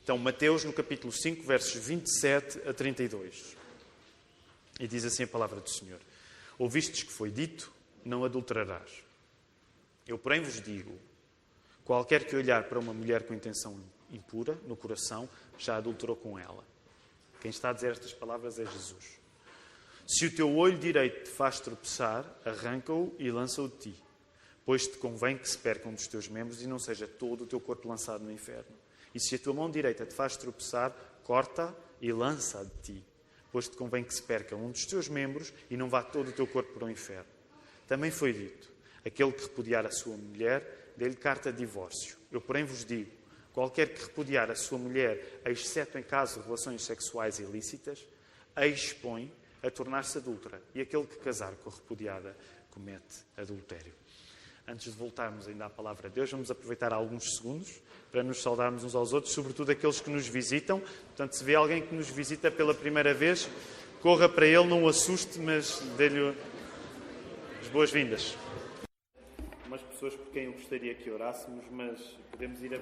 Então, Mateus, no capítulo 5, versos 27 a 32. E diz assim a palavra do Senhor. Ouvistes que foi dito, não adulterarás. Eu, porém, vos digo, qualquer que olhar para uma mulher com intenção impura, no coração, já adulterou com ela. Quem está a dizer estas palavras é Jesus. Se o teu olho direito te faz tropeçar, arranca-o e lança-o de ti. Pois te convém que se perca um dos teus membros e não seja todo o teu corpo lançado no inferno. E se a tua mão direita te faz tropeçar, corta e lança-a de ti. Pois te convém que se perca um dos teus membros e não vá todo o teu corpo para o inferno. Também foi dito, aquele que repudiar a sua mulher, dê-lhe carta de divórcio. Eu, porém, vos digo, qualquer que repudiar a sua mulher, exceto em caso de relações sexuais ilícitas, a expõe a tornar-se adúltera. E aquele que casar com a repudiada comete adultério. Antes de voltarmos ainda à palavra de Deus, vamos aproveitar alguns segundos para nos saudarmos uns aos outros, sobretudo aqueles que nos visitam. Portanto, se vê alguém que nos visita pela primeira vez, corra para ele, não o assuste, mas dê-lhe as boas-vindas. Umas pessoas por quem eu gostaria que orássemos, mas podemos ir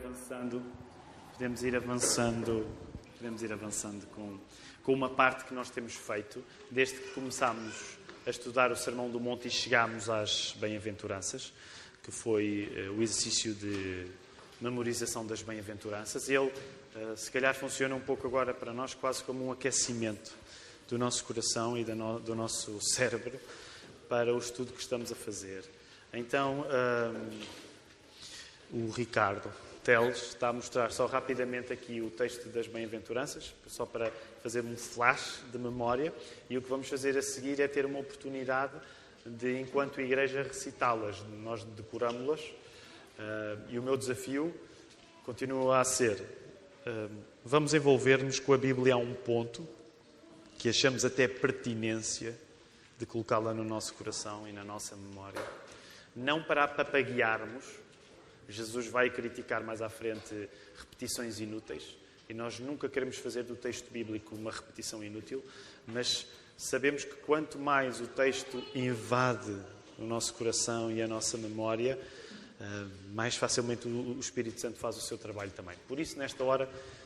avançando com uma parte que nós temos feito, desde que começámos a estudar o Sermão do Monte e chegámos às Bem-aventuranças, que foi o exercício de memorização das Bem-aventuranças. Ele, se calhar, funciona um pouco agora para nós quase como um aquecimento do nosso coração e do nosso cérebro para o estudo que estamos a fazer. Então, o Ricardo Teles está a mostrar só rapidamente aqui o texto das Bem-aventuranças, só para fazer um flash de memória, e o que vamos fazer a seguir é ter uma oportunidade de, enquanto igreja, recitá-las. Nós decoramos-las, e o meu desafio continua a ser, vamos envolver-nos com a Bíblia a um ponto que achamos até pertinência de colocá-la no nosso coração e na nossa memória, não para a papaguearmos. Jesus vai criticar mais à frente repetições inúteis e nós nunca queremos fazer do texto bíblico uma repetição inútil, mas sabemos que quanto mais o texto invade o nosso coração e a nossa memória, mais facilmente o Espírito Santo faz o seu trabalho também. Por isso, nesta hora,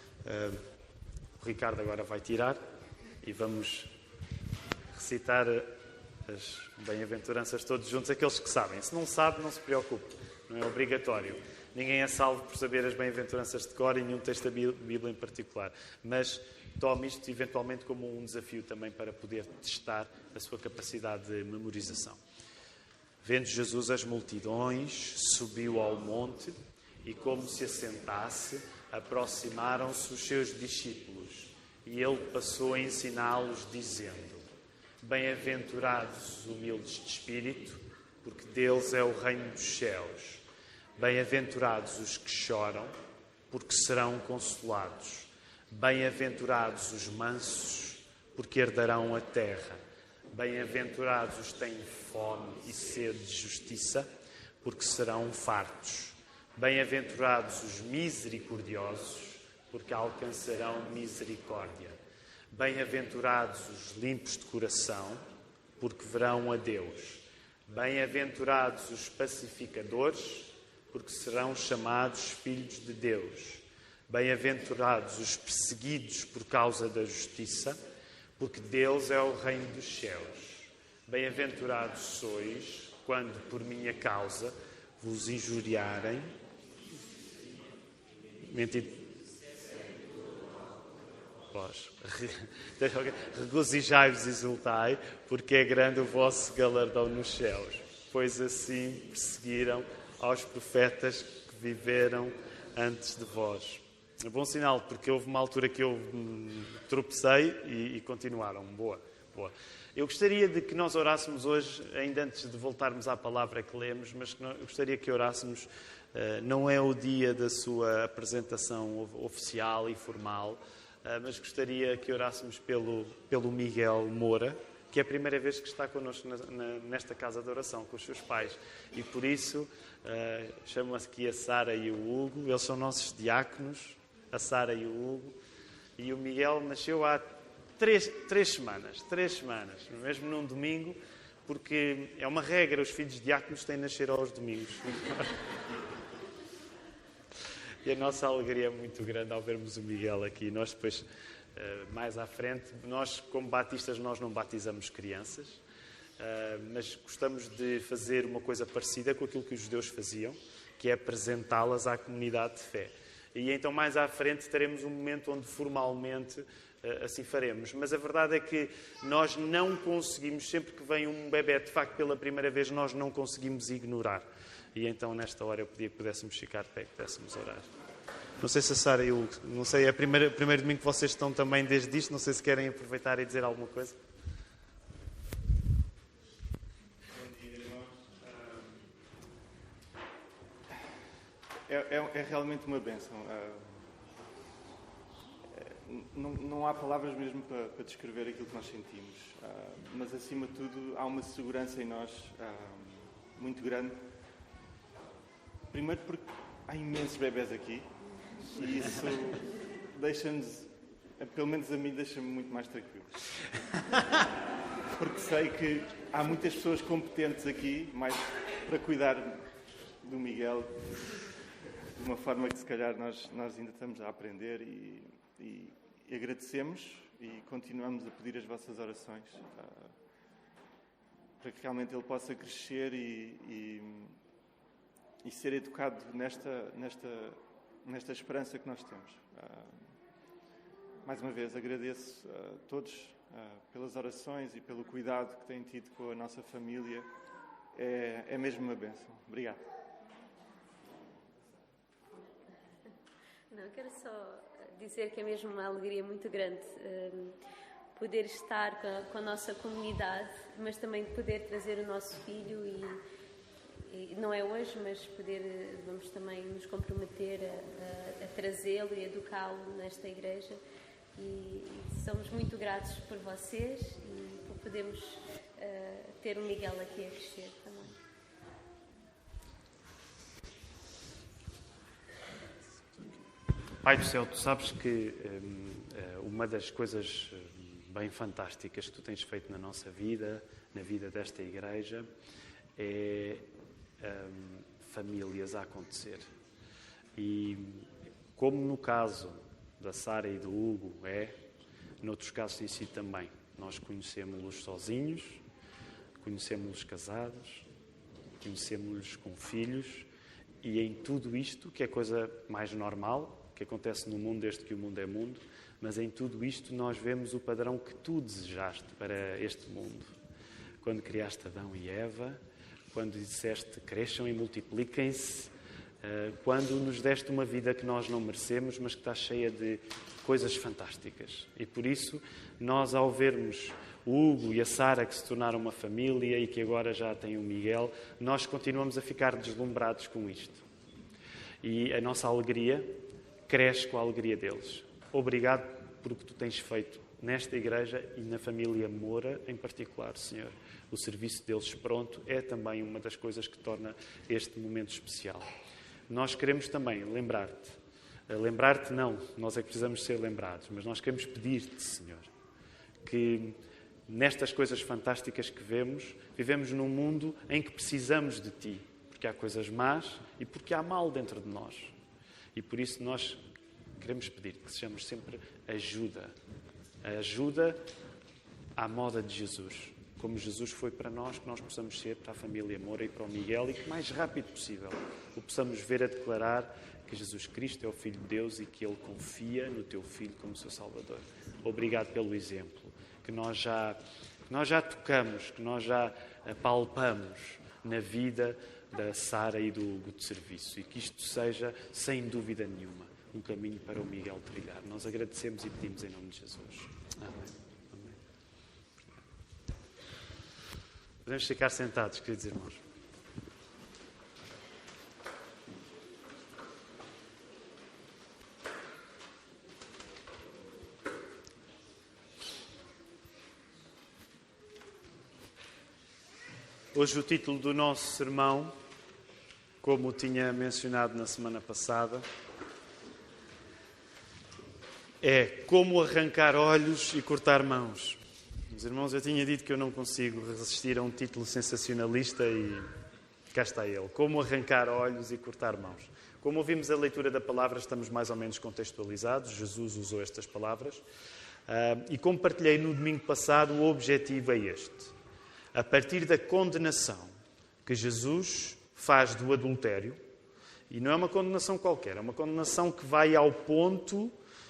o Ricardo agora vai tirar e vamos recitar as bem-aventuranças todos juntos, aqueles que sabem. Se não sabe, não se preocupe. Não é obrigatório. Ninguém é salvo por saber as bem-aventuranças de cor e nenhum texto da Bíblia em particular. Mas tome isto eventualmente como um desafio também para poder testar a sua capacidade de memorização. Vendo Jesus as multidões, subiu ao monte e, como se assentasse, aproximaram-se os seus discípulos. E ele passou a ensiná-los, dizendo: Bem-aventurados os humildes de espírito, porque deles é o reino dos céus. Bem-aventurados os que choram, porque serão consolados. Bem-aventurados os mansos, porque herdarão a terra. Bem-aventurados os que têm fome e sede de justiça, porque serão fartos. Bem-aventurados os misericordiosos, porque alcançarão misericórdia. Bem-aventurados os limpos de coração, porque verão a Deus. Bem-aventurados os pacificadores, porque serão chamados filhos de Deus. Bem-aventurados os perseguidos por causa da justiça, porque deles é o reino dos céus. Bem-aventurados sois, quando por minha causa vos injuriarem. Regozijai-vos e exultai, porque é grande o vosso galardão nos céus. Pois assim perseguiram aos profetas que viveram antes de vós. É bom sinal, porque houve uma altura que eu tropecei e continuaram. Boa. Eu gostaria de que nós orássemos hoje, ainda antes de voltarmos à palavra que lemos, mas eu gostaria que orássemos, não é o dia da sua apresentação oficial e formal, mas gostaria que orássemos pelo Miguel Moura, que é a primeira vez que está connosco nesta casa de oração, com os seus pais. E por isso, chamam-se aqui a Sara e o Hugo, eles são nossos diáconos, a Sara e o Hugo. E o Miguel nasceu há três semanas, mesmo num domingo, porque é uma regra, os filhos diáconos têm de nascer aos domingos. E a nossa alegria é muito grande ao vermos o Miguel aqui. Nós depois, mais à frente, nós como batistas, nós não batizamos crianças, mas gostamos de fazer uma coisa parecida com aquilo que os judeus faziam, que é apresentá-las à comunidade de fé. E então mais à frente teremos um momento onde formalmente assim faremos. Mas a verdade é que nós não conseguimos, sempre que vem um bebé de facto pela primeira vez, nós não conseguimos ignorar. E então nesta hora eu pedia que pudéssemos ficar de pé, que pudéssemos orar. Não sei se a Sara e o... Não sei, é o primeiro domingo que vocês estão também desde isto, não sei se querem aproveitar e dizer alguma coisa. Bom dia, irmãos. É realmente uma bênção. Não há palavras mesmo para descrever aquilo que nós sentimos, mas acima de tudo há uma segurança em nós muito grande. Primeiro porque há imensos bebés aqui e isso deixa-nos, pelo menos a mim, deixa-me muito mais tranquilo. Porque sei que há muitas pessoas competentes aqui, mais para cuidar do Miguel, de uma forma que se calhar nós ainda estamos a aprender e agradecemos e continuamos a pedir as vossas orações para que realmente ele possa crescer e ser educado nesta esperança que nós temos. Mais uma vez, agradeço a todos pelas orações e pelo cuidado que têm tido com a nossa família. É mesmo uma bênção. Obrigado. Não, quero só dizer que é mesmo uma alegria muito grande poder estar com a nossa comunidade, mas também poder trazer o nosso filho e não é hoje, mas vamos também nos comprometer a trazê-lo e educá-lo nesta igreja e somos muito gratos por vocês e por podermos ter o Miguel aqui a crescer também. Pai do céu, tu sabes que uma das coisas bem fantásticas que tu tens feito na nossa vida, na vida desta igreja, é famílias a acontecer. E como no caso da Sara e do Hugo noutros casos tem sido também. Nós conhecemos-los sozinhos, conhecemos-los casados, conhecemos-los com filhos e em tudo isto, que é coisa mais normal, que acontece no mundo desde que o mundo é mundo, mas em tudo isto nós vemos o padrão que tu desejaste para este mundo. Quando criaste Adão e Eva, quando disseste cresçam e multipliquem-se, quando nos deste uma vida que nós não merecemos, mas que está cheia de coisas fantásticas. E por isso, nós ao vermos o Hugo e a Sara que se tornaram uma família e que agora já têm o Miguel, nós continuamos a ficar deslumbrados com isto. E a nossa alegria cresce com a alegria deles. Obrigado por o que tu tens feito nesta igreja e na família Moura em particular, Senhor. O serviço deles pronto é também uma das coisas que torna este momento especial. Nós queremos também lembrar-te. Lembrar-te não, nós é que precisamos ser lembrados, mas nós queremos pedir-te, Senhor, que nestas coisas fantásticas que vivemos num mundo em que precisamos de Ti, porque há coisas más e porque há mal dentro de nós. E por isso nós queremos pedir-te que sejamos sempre ajuda. A ajuda à moda de Jesus. Como Jesus foi para nós, que nós possamos ser para a família Moura e para o Miguel e que mais rápido possível o possamos ver a declarar que Jesus Cristo é o Filho de Deus e que Ele confia no Teu Filho como seu Salvador. Obrigado pelo exemplo que nós já tocamos, que nós já apalpamos na vida da Sara e do Hugo de serviço e que isto seja, sem dúvida nenhuma, um caminho para o Miguel trilhar. Nós agradecemos e pedimos em nome de Jesus. Amém. Amém. Podemos ficar sentados, queridos irmãos. Hoje o título do nosso sermão, como tinha mencionado na semana passada, é como arrancar olhos e cortar mãos. Meus irmãos, eu tinha dito que eu não consigo resistir a um título sensacionalista e cá está ele. Como arrancar olhos e cortar mãos. Como ouvimos a leitura da palavra, estamos mais ou menos contextualizados. Jesus usou estas palavras. E como partilhei no domingo passado, o objetivo é este. A partir da condenação que Jesus faz do adultério, e não é uma condenação qualquer, é uma condenação que vai ao ponto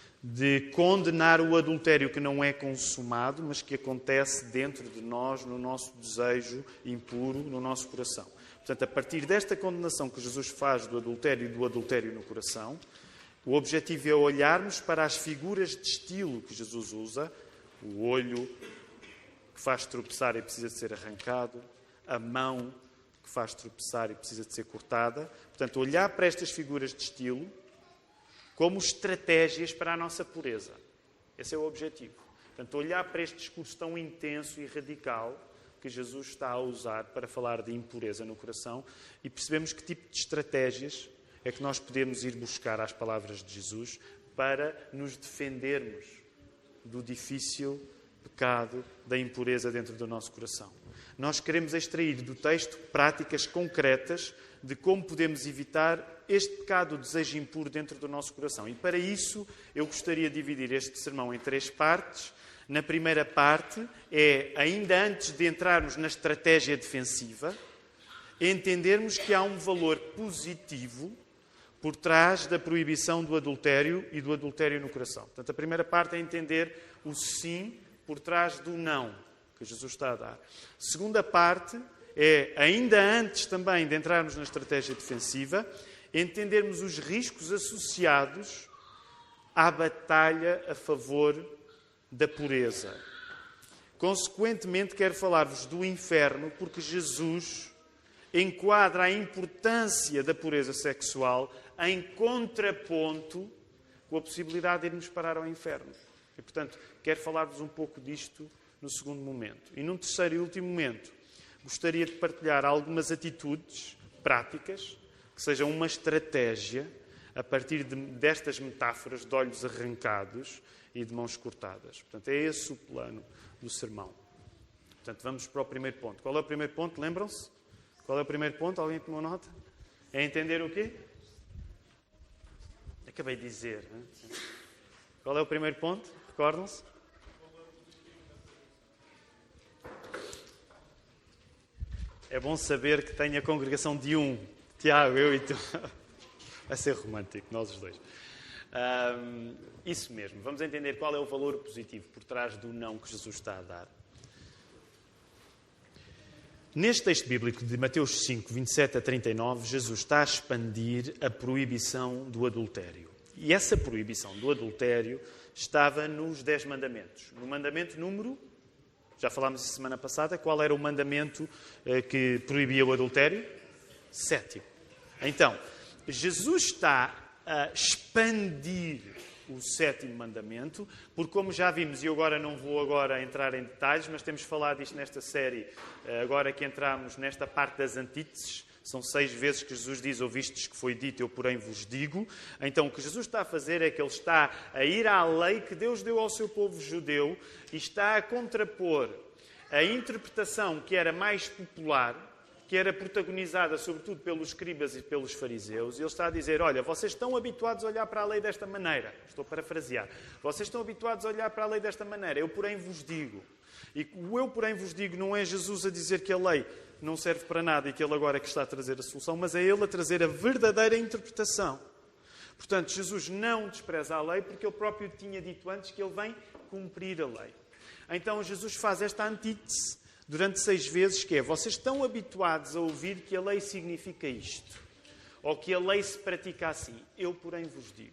de condenar o adultério que não é consumado, mas que acontece dentro de nós, no nosso desejo impuro, no nosso coração. Portanto, a partir desta condenação que Jesus faz do adultério e do adultério no coração, o objetivo é olharmos para as figuras de estilo que Jesus usa, o olho que faz tropeçar e precisa de ser arrancado, a mão que faz tropeçar e precisa de ser cortada. Portanto, olhar para estas figuras de estilo como estratégias para a nossa pureza. Esse é o objetivo. Portanto, olhar para este discurso tão intenso e radical que Jesus está a usar para falar de impureza no coração e percebemos que tipo de estratégias é que nós podemos ir buscar às palavras de Jesus para nos defendermos do difícil pecado da impureza dentro do nosso coração. Nós queremos extrair do texto práticas concretas de como podemos evitar este pecado, o desejo impuro dentro do nosso coração. E para isso eu gostaria de dividir este sermão em 3 partes. Na primeira parte é, ainda antes de entrarmos na estratégia defensiva, entendermos que há um valor positivo por trás da proibição do adultério e do adultério no coração. Portanto, a primeira parte é entender o sim por trás do não que Jesus está a dar. A segunda parte é, ainda antes também de entrarmos na estratégia defensiva, entendermos os riscos associados à batalha a favor da pureza. Consequentemente, quero falar-vos do inferno, porque Jesus enquadra a importância da pureza sexual em contraponto com a possibilidade de irmos parar ao inferno. E, portanto, quero falar-vos um pouco disto no segundo momento. E num terceiro e último momento, gostaria de partilhar algumas atitudes práticas que sejam uma estratégia a partir destas metáforas de olhos arrancados e de mãos cortadas. Portanto, é esse o plano do sermão. Portanto, vamos para o primeiro ponto. Qual é o primeiro ponto? Lembram-se? Qual é o primeiro ponto? Alguém tomou nota? É entender o quê? Acabei de dizer. Hein? Qual é o primeiro ponto? Recordam-se? É bom saber que tenho a congregação de um. Tiago, eu e tu. Vai ser romântico, nós os dois. Isso mesmo. Vamos entender qual é o valor positivo por trás do não que Jesus está a dar. Neste texto bíblico de Mateus 5, 27 a 39, Jesus está a expandir a proibição do adultério. E essa proibição do adultério estava nos 10 mandamentos. No mandamento número, já falámos isso semana passada, qual era o mandamento que proibia o adultério? 7º. Então, Jesus está a expandir o 7º mandamento, porque como já vimos, e eu agora não vou entrar em detalhes, mas temos falado disto nesta série, agora que entramos nesta parte das antíteses, são 6 vezes que Jesus diz, ouvistes que foi dito, eu porém vos digo. Então o que Jesus está a fazer é que ele está a ir à lei que Deus deu ao seu povo judeu e está a contrapor a interpretação que era mais popular, que era protagonizada sobretudo pelos escribas e pelos fariseus, e ele está a dizer, olha, vocês estão habituados a olhar para a lei desta maneira. Estou a parafrasear. Vocês estão habituados a olhar para a lei desta maneira. Eu, porém, vos digo. E o eu, porém, vos digo não é Jesus a dizer que a lei não serve para nada e que ele agora é que está a trazer a solução, mas é ele a trazer a verdadeira interpretação. Portanto, Jesus não despreza a lei porque ele próprio tinha dito antes que ele vem cumprir a lei. Então, Jesus faz esta antítese durante 6 vezes, que é, vocês estão habituados a ouvir que a lei significa isto, ou que a lei se pratica assim. Eu, porém, vos digo.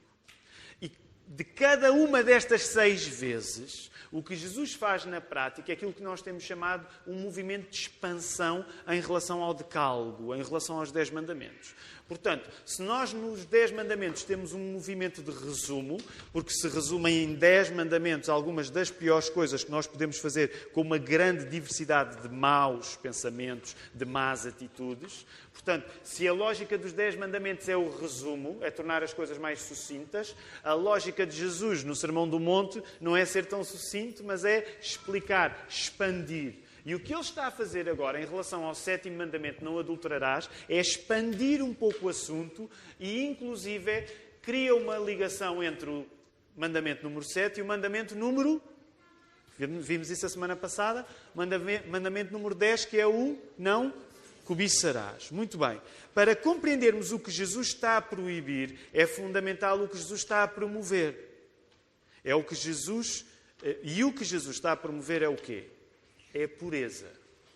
E de cada uma destas 6 vezes, o que Jesus faz na prática é aquilo que nós temos chamado um movimento de expansão em relação ao decálogo, em relação aos 10 mandamentos. Portanto, se nós nos 10 mandamentos temos um movimento de resumo, porque se resumem em 10 mandamentos algumas das piores coisas que nós podemos fazer com uma grande diversidade de maus pensamentos, de más atitudes. Portanto, se a lógica dos 10 mandamentos é o resumo, é tornar as coisas mais sucintas, a lógica de Jesus no Sermão do Monte não é ser tão sucinto, mas é explicar, expandir. E o que ele está a fazer agora em relação ao 7º mandamento, não adulterarás, é expandir um pouco o assunto e, inclusive, cria uma ligação entre o mandamento número 7 e o mandamento número... Vimos isso a semana passada. Mandamento número 10, que é o não cobiçarás. Muito bem. Para compreendermos o que Jesus está a proibir, é fundamental o que Jesus está a promover. É o que Jesus... E o que Jesus está a promover é o quê? É a pureza.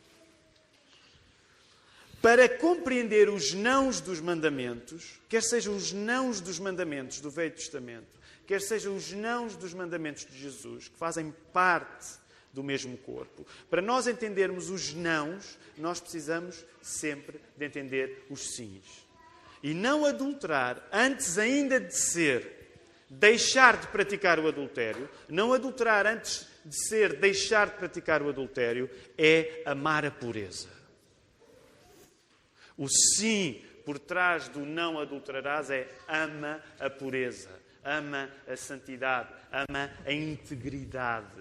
Para compreender os nãos dos mandamentos, quer sejam os nãos dos mandamentos do Velho Testamento, quer sejam os nãos dos mandamentos de Jesus, que fazem parte do mesmo corpo. Para nós entendermos os nãos, nós precisamos sempre de entender os sims. E não adulterar, antes ainda de ser deixar de praticar o adultério, não adulterar antes de ser deixar de praticar o adultério, é amar a pureza. O sim por trás do não adulterarás é ama a pureza, ama a santidade, ama a integridade,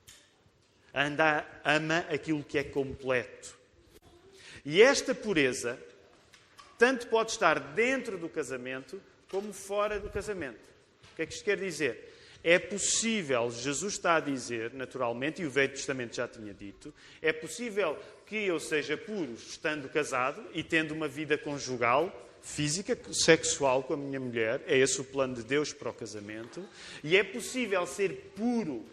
ama aquilo que é completo. E esta pureza tanto pode estar dentro do casamento como fora do casamento. O que é que isto quer dizer? É possível, Jesus está a dizer, naturalmente, e o Velho Testamento já tinha dito, é possível que eu seja puro estando casado e tendo uma vida conjugal, física, sexual com a minha mulher. É esse o plano de Deus para o casamento. E é possível ser puro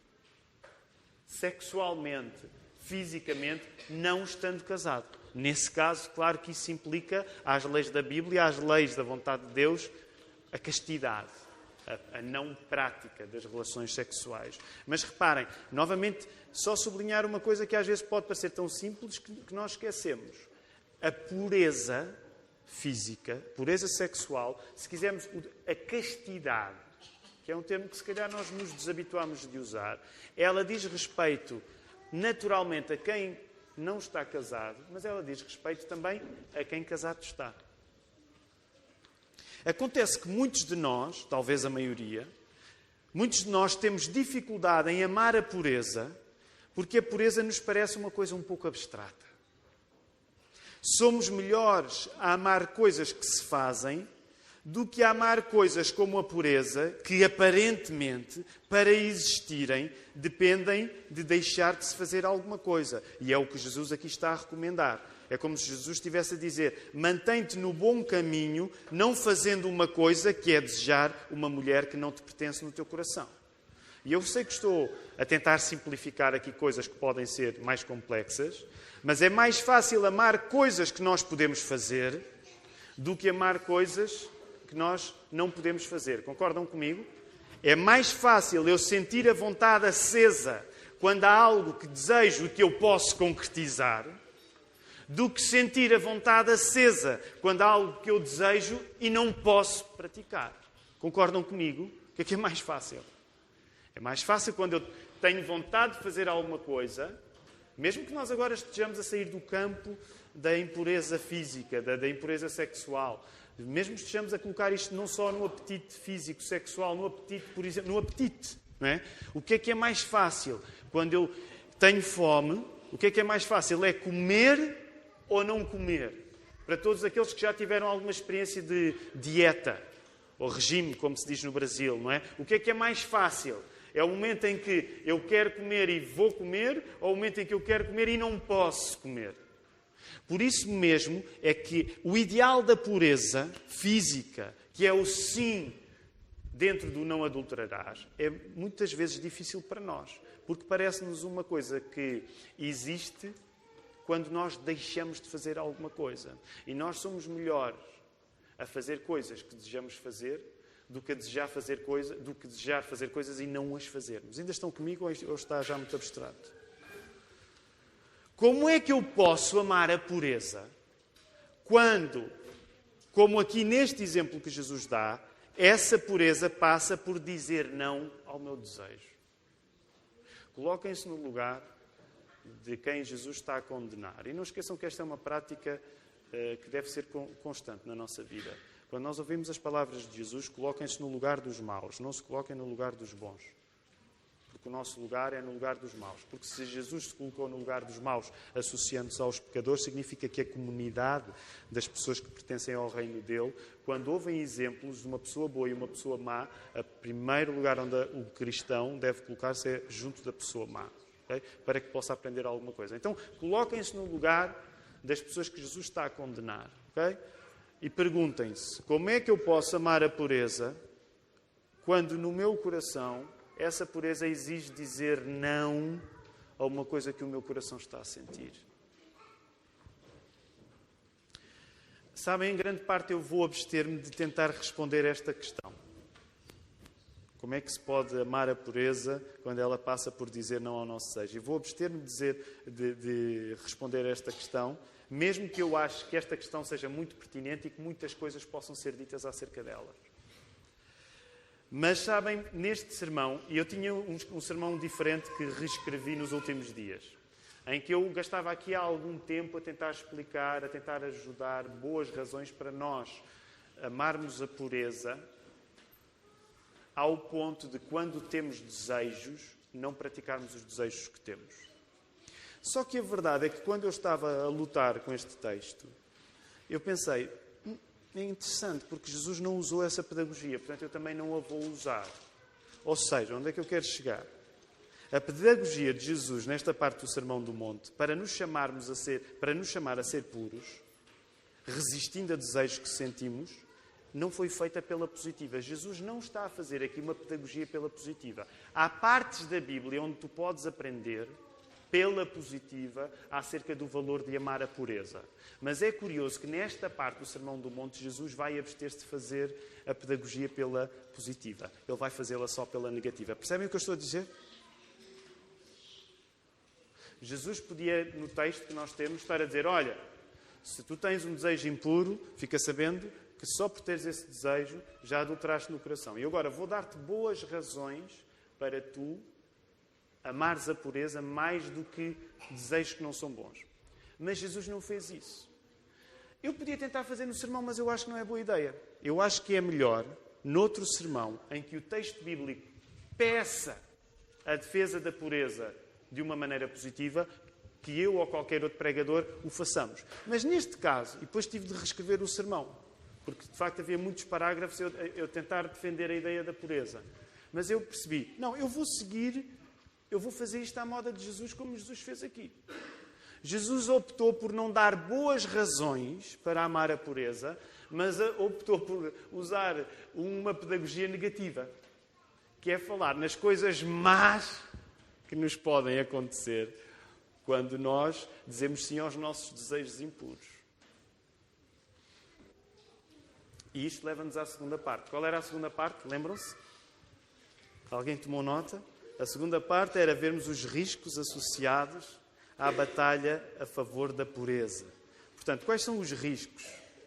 sexualmente, fisicamente, não estando casado. Nesse caso, claro que isso implica, às leis da Bíblia, às leis da vontade de Deus, a castidade. A não prática das relações sexuais. Mas reparem, novamente, só sublinhar uma coisa que às vezes pode parecer tão simples que nós esquecemos. A pureza física, pureza sexual, se quisermos, a castidade, que é um termo que se calhar nós nos desabituamos de usar, ela diz respeito naturalmente a quem não está casado, mas ela diz respeito também a quem casado está. Acontece que muitos de nós, talvez a maioria, muitos de nós temos dificuldade em amar a pureza, porque a pureza nos parece uma coisa um pouco abstrata. Somos melhores a amar coisas que se fazem do que a amar coisas como a pureza, que aparentemente, para existirem, dependem de deixar de se fazer alguma coisa. E é o que Jesus aqui está a recomendar. É como se Jesus estivesse a dizer: mantém-te no bom caminho, não fazendo uma coisa que é desejar uma mulher que não te pertence no teu coração. E eu sei que estou a tentar simplificar aqui coisas que podem ser mais complexas, mas é mais fácil amar coisas que nós podemos fazer do que amar coisas que nós não podemos fazer. Concordam comigo? É mais fácil eu sentir a vontade acesa quando há algo que desejo e que eu posso concretizar, do que sentir a vontade acesa quando há algo que eu desejo e não posso praticar. Concordam comigo? O que é mais fácil? É mais fácil quando eu tenho vontade de fazer alguma coisa, mesmo que nós agora estejamos a sair do campo da impureza física, da impureza sexual, mesmo que estejamos a colocar isto não só no apetite físico, sexual, no apetite, por exemplo, no apetite, não é? O que é mais fácil? Quando eu tenho fome, o que é mais fácil? É comer ou não comer? Para todos aqueles que já tiveram alguma experiência de dieta, ou regime, como se diz no Brasil, não é? O que é mais fácil? É o momento em que eu quero comer e vou comer, ou o momento em que eu quero comer e não posso comer? Por isso mesmo é que o ideal da pureza física, que é o sim dentro do não adulterarás, é muitas vezes difícil para nós, porque parece-nos uma coisa que existe quando nós deixamos de fazer alguma coisa. E nós somos melhores a fazer coisas que desejamos fazer do que desejar fazer coisas e não as fazermos. Ainda estão comigo ou está já muito abstrato? Como é que eu posso amar a pureza quando, como aqui neste exemplo que Jesus dá, essa pureza passa por dizer não ao meu desejo? Coloquem-se no lugar de quem Jesus está a condenar. E não esqueçam que esta é uma prática que deve ser constante na nossa vida. Quando nós ouvimos as palavras de Jesus, coloquem-se no lugar dos maus, não se coloquem no lugar dos bons. porque o nosso lugar é no lugar dos maus. Porque se Jesus se colocou no lugar dos maus, associando-se aos pecadores, significa que a comunidade das pessoas que pertencem ao reino dele, quando ouvem exemplos de uma pessoa boa e uma pessoa má, o primeiro lugar onde o cristão deve colocar-se é junto da pessoa má, okay? Para que possa aprender alguma coisa. Então, coloquem-se no lugar das pessoas que Jesus está a condenar, okay? E perguntem-se, como é que eu posso amar a pureza quando no meu coração essa pureza exige dizer não a uma coisa que o meu coração está a sentir? Sabem, em grande parte eu vou abster-me de tentar responder esta questão. Como é que se pode amar a pureza quando ela passa por dizer não ao nosso desejo? E vou abster-me de responder esta questão, mesmo que eu ache que esta questão seja muito pertinente e que muitas coisas possam ser ditas acerca dela. Mas sabem, neste sermão, e eu tinha um sermão diferente que reescrevi nos últimos dias, em que eu gastava aqui há algum tempo a tentar explicar, a tentar ajudar boas razões para nós amarmos a pureza ao ponto de, quando temos desejos, não praticarmos os desejos que temos. Só que a verdade é que, quando eu estava a lutar com este texto, eu pensei, é interessante, porque Jesus não usou essa pedagogia, portanto eu também não a vou usar. Ou seja, onde é que eu quero chegar? A pedagogia de Jesus, nesta parte do Sermão do Monte, para nos chamar a ser puros, resistindo a desejos que sentimos, não foi feita pela positiva. Jesus não está a fazer aqui uma pedagogia pela positiva. Há partes da Bíblia onde tu podes aprender pela positiva acerca do valor de amar a pureza. Mas é curioso que nesta parte do Sermão do Monte, Jesus vai abster-se de fazer a pedagogia pela positiva. Ele vai fazê-la só pela negativa. Percebem o que eu estou a dizer? Jesus podia, no texto que nós temos, estar a dizer, olha, se tu tens um desejo impuro, fica sabendo que só por teres esse desejo já adulteraste no coração. E agora vou dar-te boas razões para tu amares a pureza mais do que desejos que não são bons. Mas Jesus não fez isso. Eu podia tentar fazer no sermão, mas eu acho que não é boa ideia. Eu acho que é melhor, noutro sermão, em que o texto bíblico peça a defesa da pureza de uma maneira positiva, que eu ou qualquer outro pregador o façamos. Mas neste caso, e depois tive de reescrever o sermão, porque de facto havia muitos parágrafos eu tentar defender a ideia da pureza. Mas eu percebi, não, eu vou fazer isto à moda de Jesus, como Jesus fez aqui. Jesus optou por não dar boas razões para amar a pureza, mas optou por usar uma pedagogia negativa, que é falar nas coisas más que nos podem acontecer quando nós dizemos sim aos nossos desejos impuros. E isto leva-nos à segunda parte. Qual era a segunda parte? Lembram-se? Alguém tomou nota? A segunda parte era vermos os riscos associados à batalha a favor da pureza. Portanto, quais são os riscos?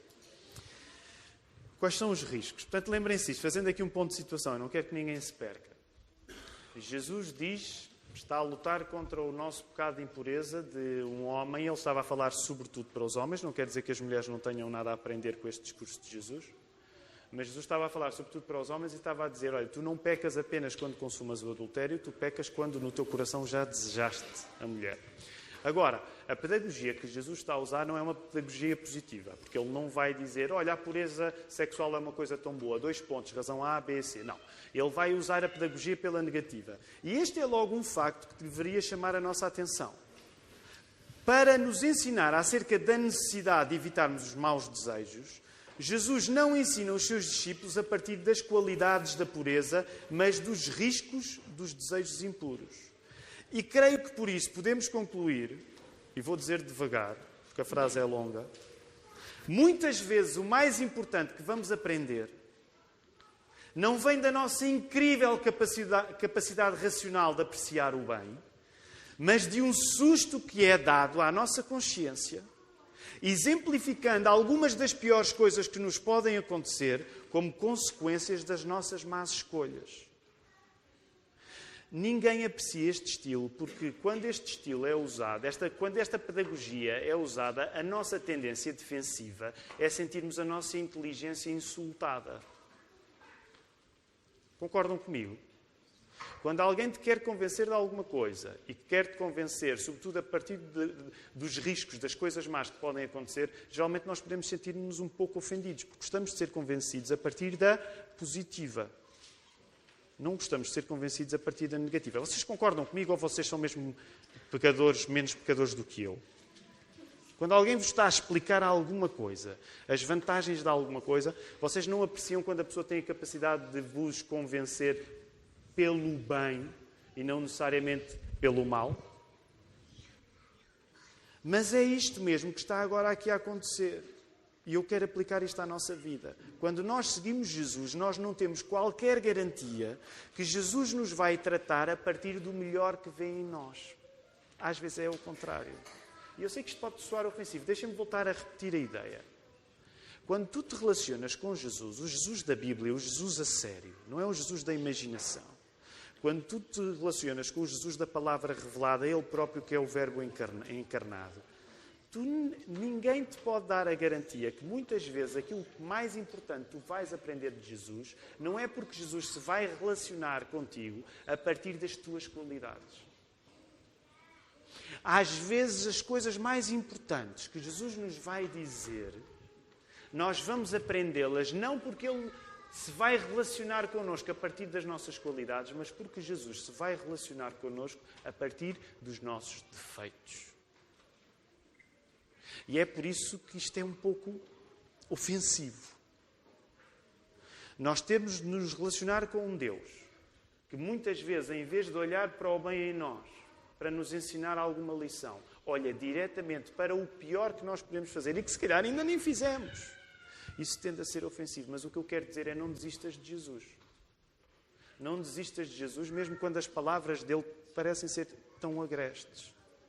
Quais são os riscos? Portanto, lembrem-se isto, fazendo aqui um ponto de situação, eu não quero que ninguém se perca. Jesus diz, está a lutar contra o nosso pecado de impureza de um homem, ele estava a falar sobretudo para os homens, não quer dizer que as mulheres não tenham nada a aprender com este discurso de Jesus, mas Jesus estava a falar sobretudo para os homens e estava a dizer, olha, tu não pecas apenas quando consumas o adultério, tu pecas quando no teu coração já desejaste a mulher. Agora, a pedagogia que Jesus está a usar não é uma pedagogia positiva, porque ele não vai dizer, olha, a pureza sexual é uma coisa tão boa, 2 pontos, razão A, B, C. Não. Ele vai usar a pedagogia pela negativa. E este é logo um facto que deveria chamar a nossa atenção. Para nos ensinar acerca da necessidade de evitarmos os maus desejos, Jesus não ensina os seus discípulos a partir das qualidades da pureza, mas dos riscos dos desejos impuros. E creio que por isso podemos concluir, e vou dizer devagar, porque a frase é longa, muitas vezes o mais importante que vamos aprender não vem da nossa incrível capacidade racional de apreciar o bem, mas de um susto que é dado à nossa consciência, exemplificando algumas das piores coisas que nos podem acontecer como consequências das nossas más escolhas. Ninguém aprecia este estilo, porque quando este estilo é usado, quando esta pedagogia é usada, a nossa tendência defensiva é sentirmos a nossa inteligência insultada. Concordam comigo? Quando alguém te quer convencer de alguma coisa e que quer te convencer, sobretudo a partir dos riscos, das coisas más que podem acontecer, geralmente nós podemos sentir-nos um pouco ofendidos, porque gostamos de ser convencidos a partir da positiva. Não gostamos de ser convencidos a partir da negativa. Vocês concordam comigo ou vocês são mesmo pecadores, menos pecadores do que eu? Quando alguém vos está a explicar alguma coisa, as vantagens de alguma coisa, vocês não apreciam quando a pessoa tem a capacidade de vos convencer pelo bem e não necessariamente pelo mal? Mas é isto mesmo que está agora aqui a acontecer. E eu quero aplicar isto à nossa vida. Quando nós seguimos Jesus, nós não temos qualquer garantia que Jesus nos vai tratar a partir do melhor que vê em nós. Às vezes é o contrário. E eu sei que isto pode soar ofensivo. Deixem-me voltar a repetir a ideia. Quando tu te relacionas com Jesus, o Jesus da Bíblia, o Jesus a sério, não é o Jesus da imaginação. Quando tu te relacionas com o Jesus da palavra revelada, Ele próprio que é o Verbo encarnado, ninguém te pode dar a garantia que muitas vezes aquilo que mais importante tu vais aprender de Jesus não é porque Jesus se vai relacionar contigo a partir das tuas qualidades. Às vezes as coisas mais importantes que Jesus nos vai dizer, nós vamos aprendê-las não porque Ele se vai relacionar connosco a partir das nossas qualidades, mas porque Jesus se vai relacionar connosco a partir dos nossos defeitos. E é por isso que isto é um pouco ofensivo. Nós temos de nos relacionar com um Deus que muitas vezes, em vez de olhar para o bem em nós, para nos ensinar alguma lição, olha diretamente para o pior que nós podemos fazer e que se calhar ainda nem fizemos. Isso tende a ser ofensivo, mas o que eu quero dizer é não desistas de Jesus. Não desistas de Jesus, mesmo quando as palavras dele parecem ser tão agrestes.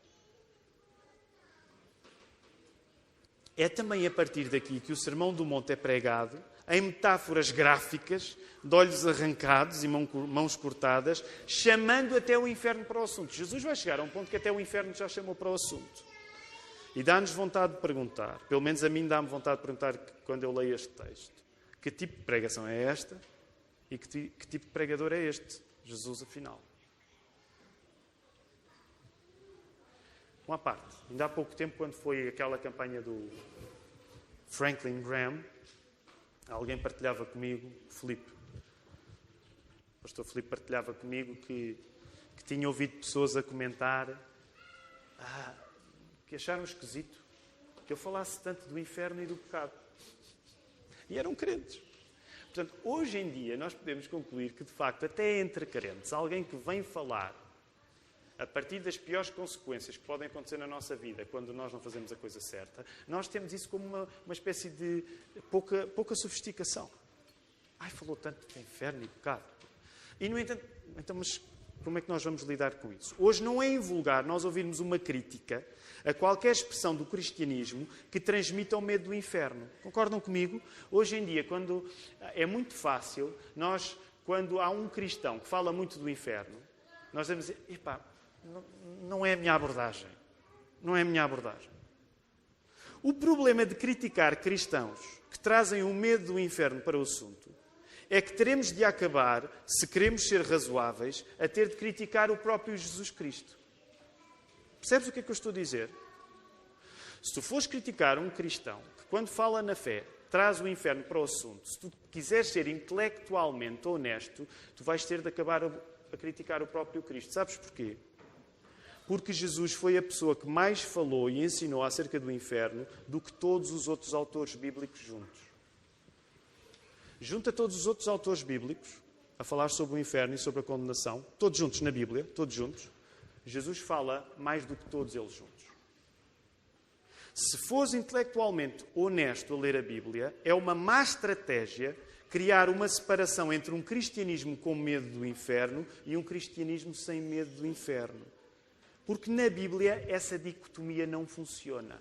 É também a partir daqui que o Sermão do Monte é pregado, em metáforas gráficas, de olhos arrancados e mãos cortadas, chamando até o inferno para o assunto. Jesus vai chegar a um ponto que até o inferno já chamou para o assunto. E dá-nos vontade de perguntar, pelo menos a mim dá-me vontade de perguntar quando eu leio este texto, que tipo de pregação é esta e que tipo de pregador é este, Jesus afinal. Uma parte. Ainda há pouco tempo, quando foi aquela campanha do Franklin Graham, alguém partilhava comigo, o pastor Filipe partilhava comigo que tinha ouvido pessoas a comentar que acharam esquisito que eu falasse tanto do inferno e do pecado. E eram crentes. Portanto, hoje em dia, nós podemos concluir que, de facto, até entre crentes, alguém que vem falar a partir das piores consequências que podem acontecer na nossa vida quando nós não fazemos a coisa certa, nós temos isso como uma espécie de pouca sofisticação. Falou tanto de inferno e pecado. E, no entanto, então, mas como é que nós vamos lidar com isso? Hoje não é invulgar nós ouvirmos uma crítica a qualquer expressão do cristianismo que transmita o medo do inferno. Concordam comigo? Hoje em dia, quando é muito fácil, quando há um cristão que fala muito do inferno, nós devemos dizer, não é a minha abordagem. Não é a minha abordagem. O problema de criticar cristãos que trazem o medo do inferno para o assunto é que teremos de acabar, se queremos ser razoáveis, a ter de criticar o próprio Jesus Cristo. Percebes o que é que eu estou a dizer? Se tu fores criticar um cristão que, quando fala na fé, traz o inferno para o assunto, se tu quiseres ser intelectualmente honesto, tu vais ter de acabar a criticar o próprio Cristo. Sabes porquê? Porque Jesus foi a pessoa que mais falou e ensinou acerca do inferno do que todos os outros autores bíblicos juntos. Junta todos os outros autores bíblicos a falar sobre o inferno e sobre a condenação, todos juntos na Bíblia, todos juntos. Jesus fala mais do que todos eles juntos. Se fores intelectualmente honesto a ler a Bíblia, é uma má estratégia criar uma separação entre um cristianismo com medo do inferno e um cristianismo sem medo do inferno. Porque na Bíblia essa dicotomia não funciona.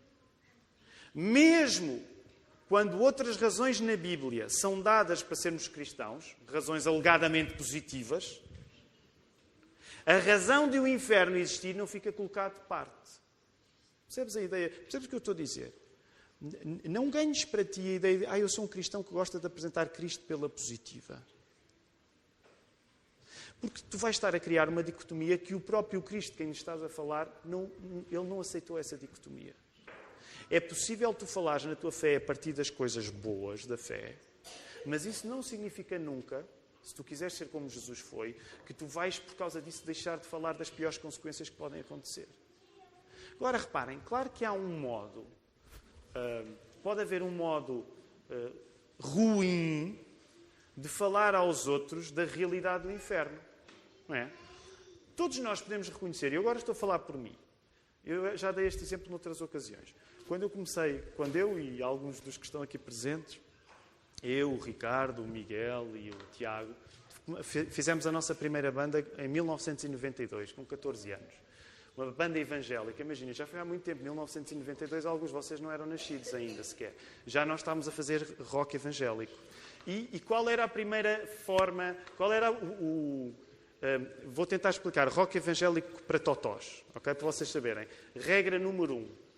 Mesmo quando outras razões na Bíblia são dadas para sermos cristãos, razões alegadamente positivas, a razão de o inferno existir não fica colocada de parte. Percebes a ideia? Percebes o que eu estou a dizer? Não ganhes para ti a ideia de eu sou um cristão que gosta de apresentar Cristo pela positiva. Porque tu vais estar a criar uma dicotomia que o próprio Cristo, de quem estás a falar, ele não aceitou essa dicotomia. É possível tu falares na tua fé a partir das coisas boas da fé, mas isso não significa nunca, se tu quiseres ser como Jesus foi, que tu vais, por causa disso, deixar de falar das piores consequências que podem acontecer. Agora, reparem, claro que há um modo, pode haver um modo ruim de falar aos outros da realidade do inferno. Não é? Todos nós podemos reconhecer, e eu agora estou a falar por mim, eu já dei este exemplo noutras ocasiões. Quando eu e alguns dos que estão aqui presentes, eu, o Ricardo, o Miguel e o Tiago, fizemos a nossa primeira banda em 1992, com 14 anos. Uma banda evangélica, imagina, já foi há muito tempo, 1992, alguns de vocês não eram nascidos ainda sequer. Já nós estávamos a fazer rock evangélico. E qual era a primeira forma, qual era vou tentar explicar, rock evangélico para totós, ok? Para vocês saberem. Regra número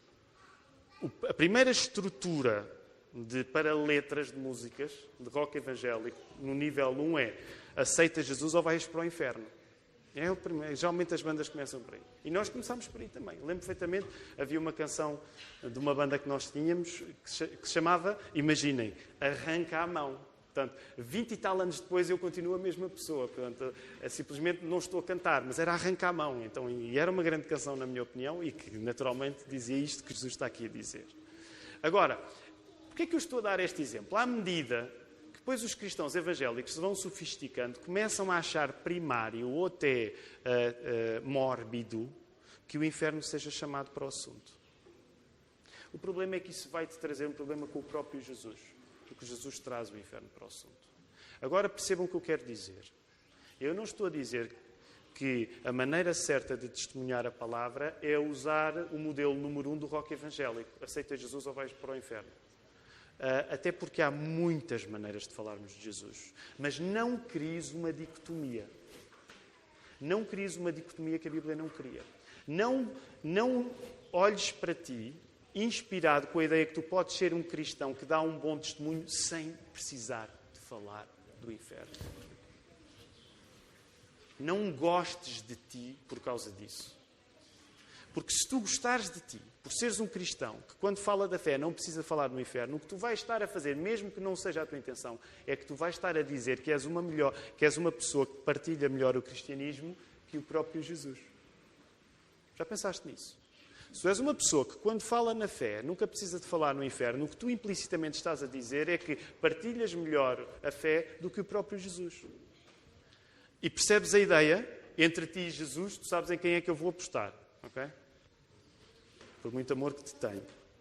1. A primeira estrutura para letras de músicas, de rock evangélico, no nível 1 é aceita Jesus ou vais para o inferno. É o primeiro. Geralmente as bandas começam por aí. E nós começámos por aí também. Lembro perfeitamente, havia uma canção de uma banda que nós tínhamos que se chamava, imaginem, Arranca a Mão. Portanto, 20 e tal anos depois eu continuo a mesma pessoa. Portanto, simplesmente não estou a cantar, mas era Arranca a Mão. Então, e era uma grande canção, na minha opinião, e que naturalmente dizia isto que Jesus está aqui a dizer. Agora, porquê é que eu estou a dar este exemplo? À medida que depois os cristãos evangélicos se vão sofisticando, começam a achar primário ou até mórbido que o inferno seja chamado para o assunto. O problema é que isso vai-te trazer um problema com o próprio Jesus. Porque Jesus traz o inferno para o assunto. Agora percebam o que eu quero dizer. Eu não estou a dizer que a maneira certa de testemunhar a palavra é usar o modelo número 1 do rock evangélico. Aceita Jesus ou vais para o inferno. Até porque há muitas maneiras de falarmos de Jesus. Mas não cries uma dicotomia. Não cries uma dicotomia que a Bíblia não cria. Não olhes para ti inspirado com a ideia que tu podes ser um cristão que dá um bom testemunho sem precisar de falar do inferno. Não gostes de ti por causa disso. Porque se tu gostares de ti, por seres um cristão, que quando fala da fé não precisa falar no inferno, o que tu vais estar a fazer, mesmo que não seja a tua intenção, é que tu vais estar a dizer que és uma pessoa que partilha melhor o cristianismo que o próprio Jesus. Já pensaste nisso? Se tu és uma pessoa que, quando fala na fé, nunca precisa de falar no inferno, o que tu implicitamente estás a dizer é que partilhas melhor a fé do que o próprio Jesus. E percebes a ideia? Entre ti e Jesus, tu sabes em quem é que eu vou apostar. Ok? Por muito amor que te tenho.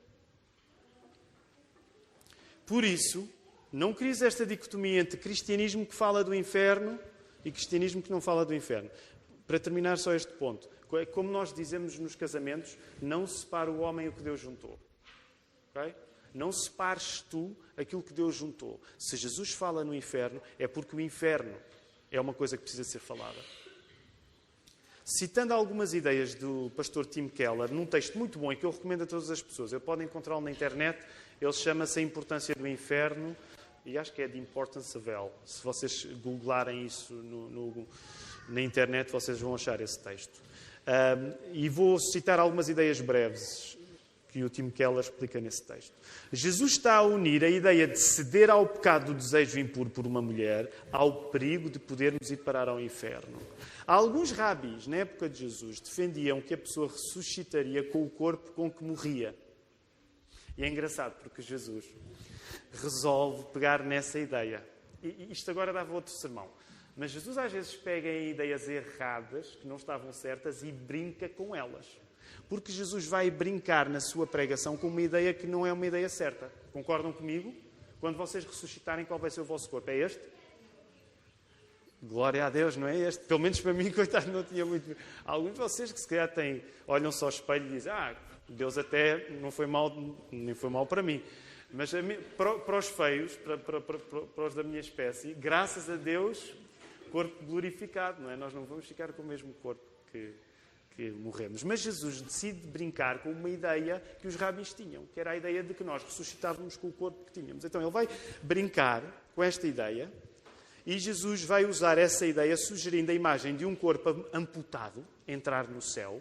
Por isso, não cries esta dicotomia entre cristianismo que fala do inferno e cristianismo que não fala do inferno. Para terminar só este ponto. Como nós dizemos nos casamentos, não separa o homem o que Deus juntou. Okay? Não separes tu aquilo que Deus juntou. Se Jesus fala no inferno, é porque o inferno é uma coisa que precisa ser falada. Citando algumas ideias do pastor Tim Keller, num texto muito bom e que eu recomendo a todas as pessoas, eu podem encontrá-lo na internet, ele chama-se A Importância do Inferno, e acho que é The Importance of Hell. Se vocês googlarem isso na internet, vocês vão achar esse texto. E vou citar algumas ideias breves que o Tim Keller explica nesse texto. Jesus está a unir a ideia de ceder ao pecado do desejo impuro por uma mulher ao perigo de podermos ir parar ao inferno. Alguns rabis, na época de Jesus, defendiam que a pessoa ressuscitaria com o corpo com que morria. E é engraçado, porque Jesus resolve pegar nessa ideia. E isto agora dava outro sermão. Mas Jesus às vezes pega em ideias erradas, que não estavam certas, e brinca com elas. Porque Jesus vai brincar na sua pregação com uma ideia que não é uma ideia certa. Concordam comigo? Quando vocês ressuscitarem, qual vai ser o vosso corpo? É este? Glória a Deus, não é este? Pelo menos para mim, coitado, não tinha muito... Alguns de vocês que se calhar olham-se ao espelho e dizem Deus até não foi mal, nem foi mal para mim. Mas para os feios, para os da minha espécie, graças a Deus, corpo glorificado, não é? Nós não vamos ficar com o mesmo corpo que morremos. Mas Jesus decide brincar com uma ideia que os rabis tinham, que era a ideia de que nós ressuscitávamos com o corpo que tínhamos. Então ele vai brincar com esta ideia E Jesus vai usar essa ideia sugerindo a imagem de um corpo amputado entrar no céu,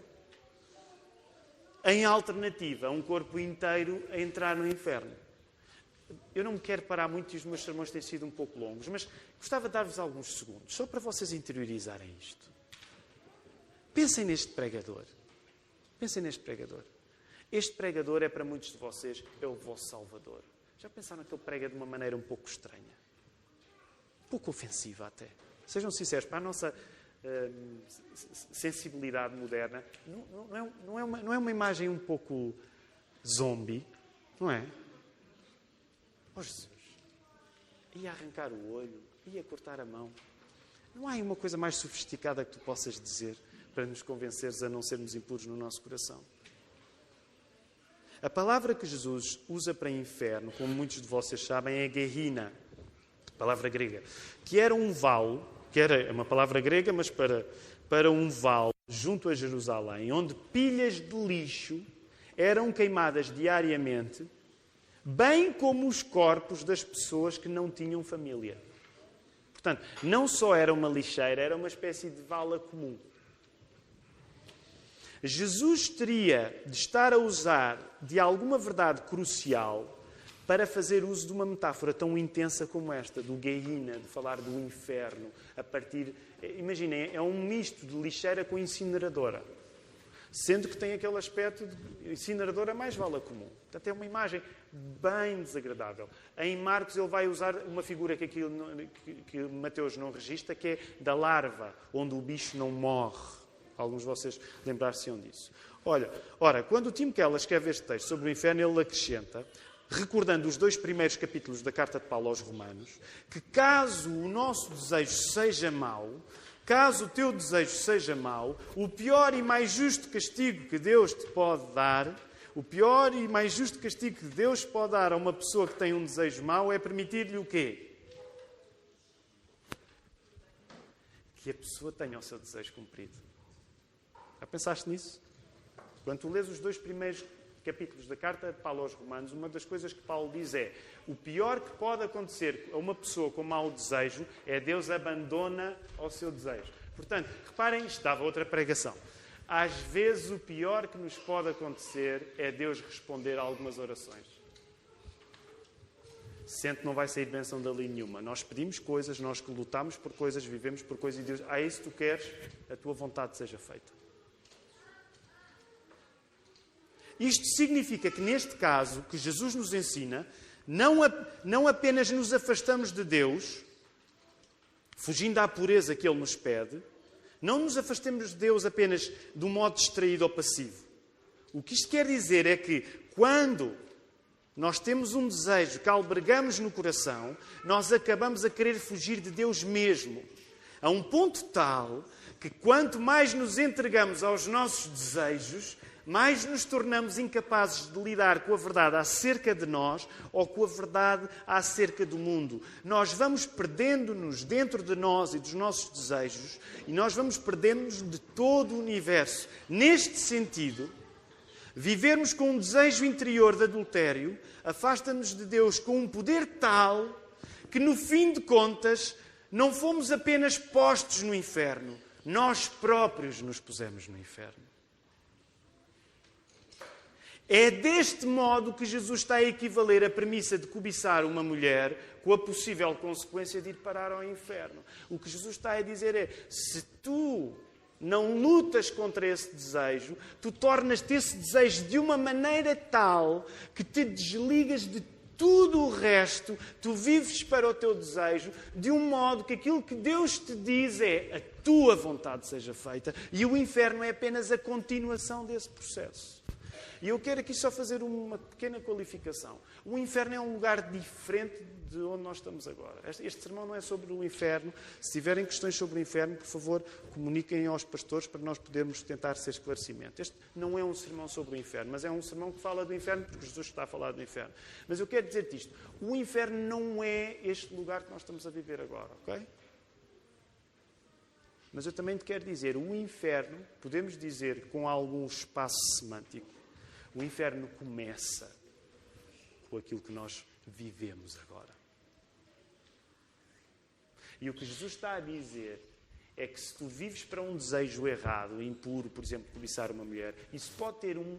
em alternativa a um corpo inteiro a entrar no inferno. Eu não me quero parar muito e os meus sermões têm sido um pouco longos, mas gostava de dar-vos alguns segundos, só para vocês interiorizarem isto. Pensem neste pregador. Pensem neste pregador. Este pregador é para muitos de vocês, é o vosso Salvador. Já pensaram que ele prega de uma maneira um pouco estranha? Um pouco ofensiva até. Sejam sinceros, para a nossa sensibilidade moderna, não é uma imagem um pouco zombie, não é? Oh Jesus, ia arrancar o olho, ia cortar a mão. Não há aí uma coisa mais sofisticada que tu possas dizer para nos convenceres a não sermos impuros no nosso coração. A palavra que Jesus usa para inferno, como muitos de vocês sabem, é Gehinna, palavra grega, que era um vale, que era uma palavra grega, mas para um vale junto a Jerusalém, onde pilhas de lixo eram queimadas diariamente, bem como os corpos das pessoas que não tinham família. Portanto, não só era uma lixeira, era uma espécie de vala comum. Jesus teria de estar a usar de alguma verdade crucial para fazer uso de uma metáfora tão intensa como esta, do Gehinna, de falar do inferno, a partir... Imaginem, é um misto de lixeira com incineradora. Sendo que tem aquele aspecto de incineradora mais vala comum. Portanto, é uma imagem bem desagradável. Em Marcos ele vai usar uma figura que Mateus não registra, que é da larva, onde o bicho não morre. Alguns de vocês lembrar-se-ão disso. Ora, quando o Tim Keller escreve este texto sobre o inferno, ele acrescenta, recordando os 2 primeiros capítulos da carta de Paulo aos Romanos, que caso o nosso desejo seja mau, caso o teu desejo seja mau, o pior e mais justo castigo que Deus te pode dar, o pior e mais justo castigo que Deus pode dar a uma pessoa que tem um desejo mau é permitir-lhe o quê? Que a pessoa tenha o seu desejo cumprido. Já pensaste nisso? Quando tu lês os 2 primeiros capítulos da carta de Paulo aos Romanos, uma das coisas que Paulo diz é: o pior que pode acontecer a uma pessoa com mau desejo é Deus abandona ao seu desejo. Portanto, reparem, isto dava outra pregação. Às vezes o pior que nos pode acontecer é Deus responder a algumas orações. Sente que não vai sair bênção dali nenhuma. Nós pedimos coisas, nós que lutamos por coisas, vivemos por coisas e Deus, isso que tu queres, a tua vontade seja feita. Isto significa que, neste caso, que Jesus nos ensina, não apenas nos afastamos de Deus, fugindo à pureza que Ele nos pede, não nos afastemos de Deus apenas de um modo distraído ou passivo. O que isto quer dizer é que, quando nós temos um desejo que albergamos no coração, nós acabamos a querer fugir de Deus mesmo, a um ponto tal que, quanto mais nos entregamos aos nossos desejos, mais nos tornamos incapazes de lidar com a verdade acerca de nós ou com a verdade acerca do mundo. Nós vamos perdendo-nos dentro de nós e dos nossos desejos e nós vamos perdendo-nos de todo o universo. Neste sentido, vivermos com um desejo interior de adultério afasta-nos de Deus com um poder tal que, no fim de contas, não fomos apenas postos no inferno, nós próprios nos pusemos no inferno. É deste modo que Jesus está a equivaler a premissa de cobiçar uma mulher com a possível consequência de ir parar ao inferno. O que Jesus está a dizer é, se tu não lutas contra esse desejo, tu tornas-te esse desejo de uma maneira tal que te desligas de tudo o resto, tu vives para o teu desejo de um modo que aquilo que Deus te diz é a tua vontade seja feita e o inferno é apenas a continuação desse processo. E eu quero aqui só fazer uma pequena qualificação. O inferno é um lugar diferente de onde nós estamos agora. Este sermão não é sobre o inferno. Se tiverem questões sobre o inferno, por favor, comuniquem aos pastores para nós podermos tentar ser esclarecimento. Este não é um sermão sobre o inferno, mas é um sermão que fala do inferno porque Jesus está a falar do inferno. Mas eu quero dizer-te isto. O inferno não é este lugar que nós estamos a viver agora, ok? Mas eu também te quero dizer, o inferno, podemos dizer com algum espaço semântico, o inferno começa com aquilo que nós vivemos agora. E o que Jesus está a dizer é que se tu vives para um desejo errado, impuro, por exemplo, cobiçar uma mulher, isso pode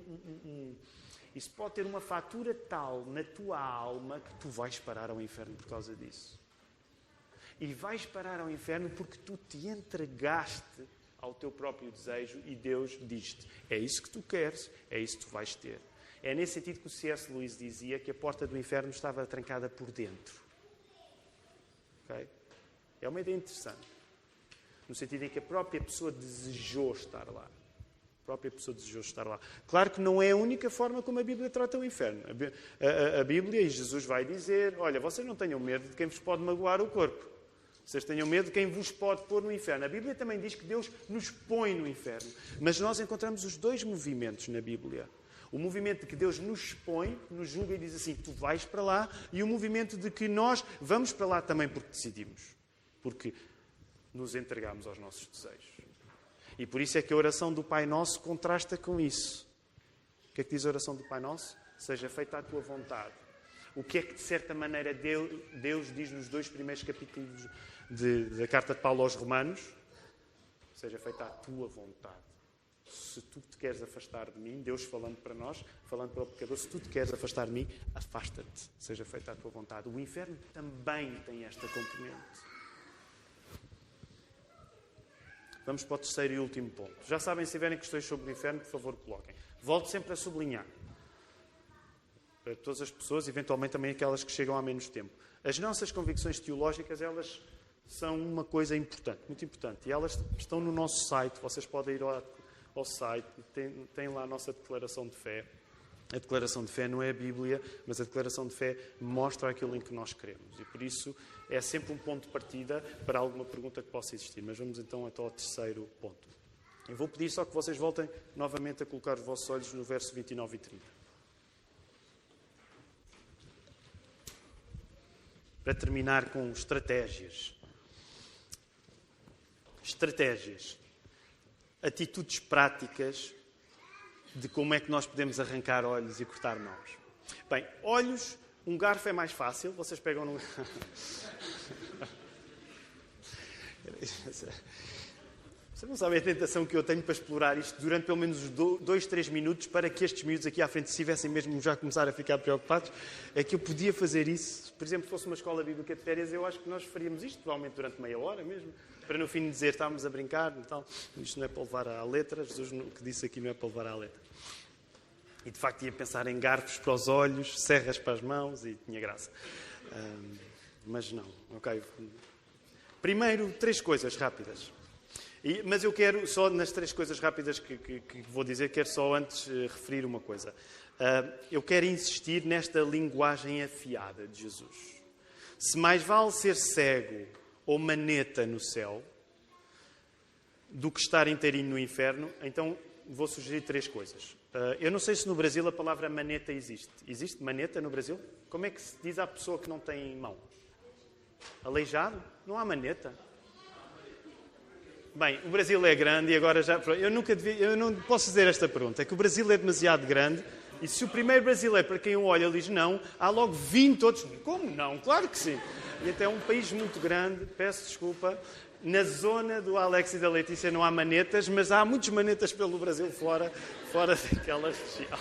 ter uma fatura tal na tua alma que tu vais parar ao inferno por causa disso. E vais parar ao inferno porque tu te entregaste ao teu próprio desejo e Deus diz-te, é isso que tu queres, é isso que tu vais ter. É nesse sentido que o C.S. Lewis dizia que a porta do inferno estava trancada por dentro. Okay? É uma ideia interessante. No sentido em que a própria pessoa desejou estar lá. A própria pessoa desejou estar lá. Claro que não é a única forma como a Bíblia trata o inferno. A Bíblia, e Jesus vai dizer, olha, vocês não tenham medo de quem vos pode magoar o corpo. Vocês tenham medo de quem vos pode pôr no inferno. A Bíblia também diz que Deus nos põe no inferno. Mas nós encontramos os dois movimentos na Bíblia. O movimento de que Deus nos põe, nos julga e diz assim, tu vais para lá. E o movimento de que nós vamos para lá também porque decidimos. Porque nos entregamos aos nossos desejos. E por isso é que a oração do Pai Nosso contrasta com isso. O que é que diz a oração do Pai Nosso? Seja feita a tua vontade. O que é que, de certa maneira, Deus diz nos 2 primeiros capítulos da carta de Paulo aos Romanos? Seja feita a tua vontade. Se tu te queres afastar de mim, Deus falando para nós, falando para o pecador, se tu te queres afastar de mim, afasta-te. Seja feita a tua vontade. O inferno também tem esta componente. Vamos para o terceiro e último ponto. Já sabem, se tiverem questões sobre o inferno, por favor, coloquem. Volto sempre a sublinhar. Para todas as pessoas, eventualmente também aquelas que chegam há menos tempo. As nossas convicções teológicas, elas são uma coisa importante, muito importante. E elas estão no nosso site. Vocês podem ir ao site. Tem lá a nossa declaração de fé. A declaração de fé não é a Bíblia, mas a declaração de fé mostra aquilo em que nós queremos. E por isso é sempre um ponto de partida para alguma pergunta que possa existir. Mas vamos então até ao terceiro ponto. Eu vou pedir só que vocês voltem novamente a colocar os vossos olhos no verso 29 e 30. Para terminar com estratégias. Estratégias. Atitudes práticas de como é que nós podemos arrancar olhos e cortar mãos. Bem, olhos, um garfo é mais fácil. Vocês pegam num... Vocês não sabem a tentação que eu tenho para explorar isto durante pelo menos 2, 3 minutos para que estes miúdos aqui à frente, se tivessem mesmo já começar a ficar preocupados, é que eu podia fazer isso. Por exemplo, se fosse uma escola bíblica de férias, eu acho que nós faríamos isto, provavelmente durante meia hora mesmo, para no fim dizer, estávamos a brincar, então, isto não é para levar à letra, Jesus o que disse aqui não é para levar à letra. E de facto ia pensar em garfos para os olhos, serras para as mãos e tinha graça. Mas não, ok. Primeiro, 3 coisas rápidas. Mas eu quero, só nas 3 coisas rápidas que vou dizer, quero só antes referir uma coisa. Eu quero insistir nesta linguagem afiada de Jesus. Se mais vale ser cego ou maneta no céu do que estar inteirinho no inferno, então vou sugerir 3 coisas. Eu não sei se no Brasil a palavra maneta existe. Existe maneta no Brasil? Como é que se diz à pessoa que não tem mão? Aleijado? Não há maneta. Bem, o Brasil é grande e agora já... Eu não posso dizer esta pergunta. É que o Brasil é demasiado grande e se o primeiro brasileiro para quem o olha diz não, há logo 20 outros. Como não? Claro que sim. E até é um país muito grande, peço desculpa. Na zona do Alex e da Letícia não há manetas, mas há muitas manetas pelo Brasil fora daquela região.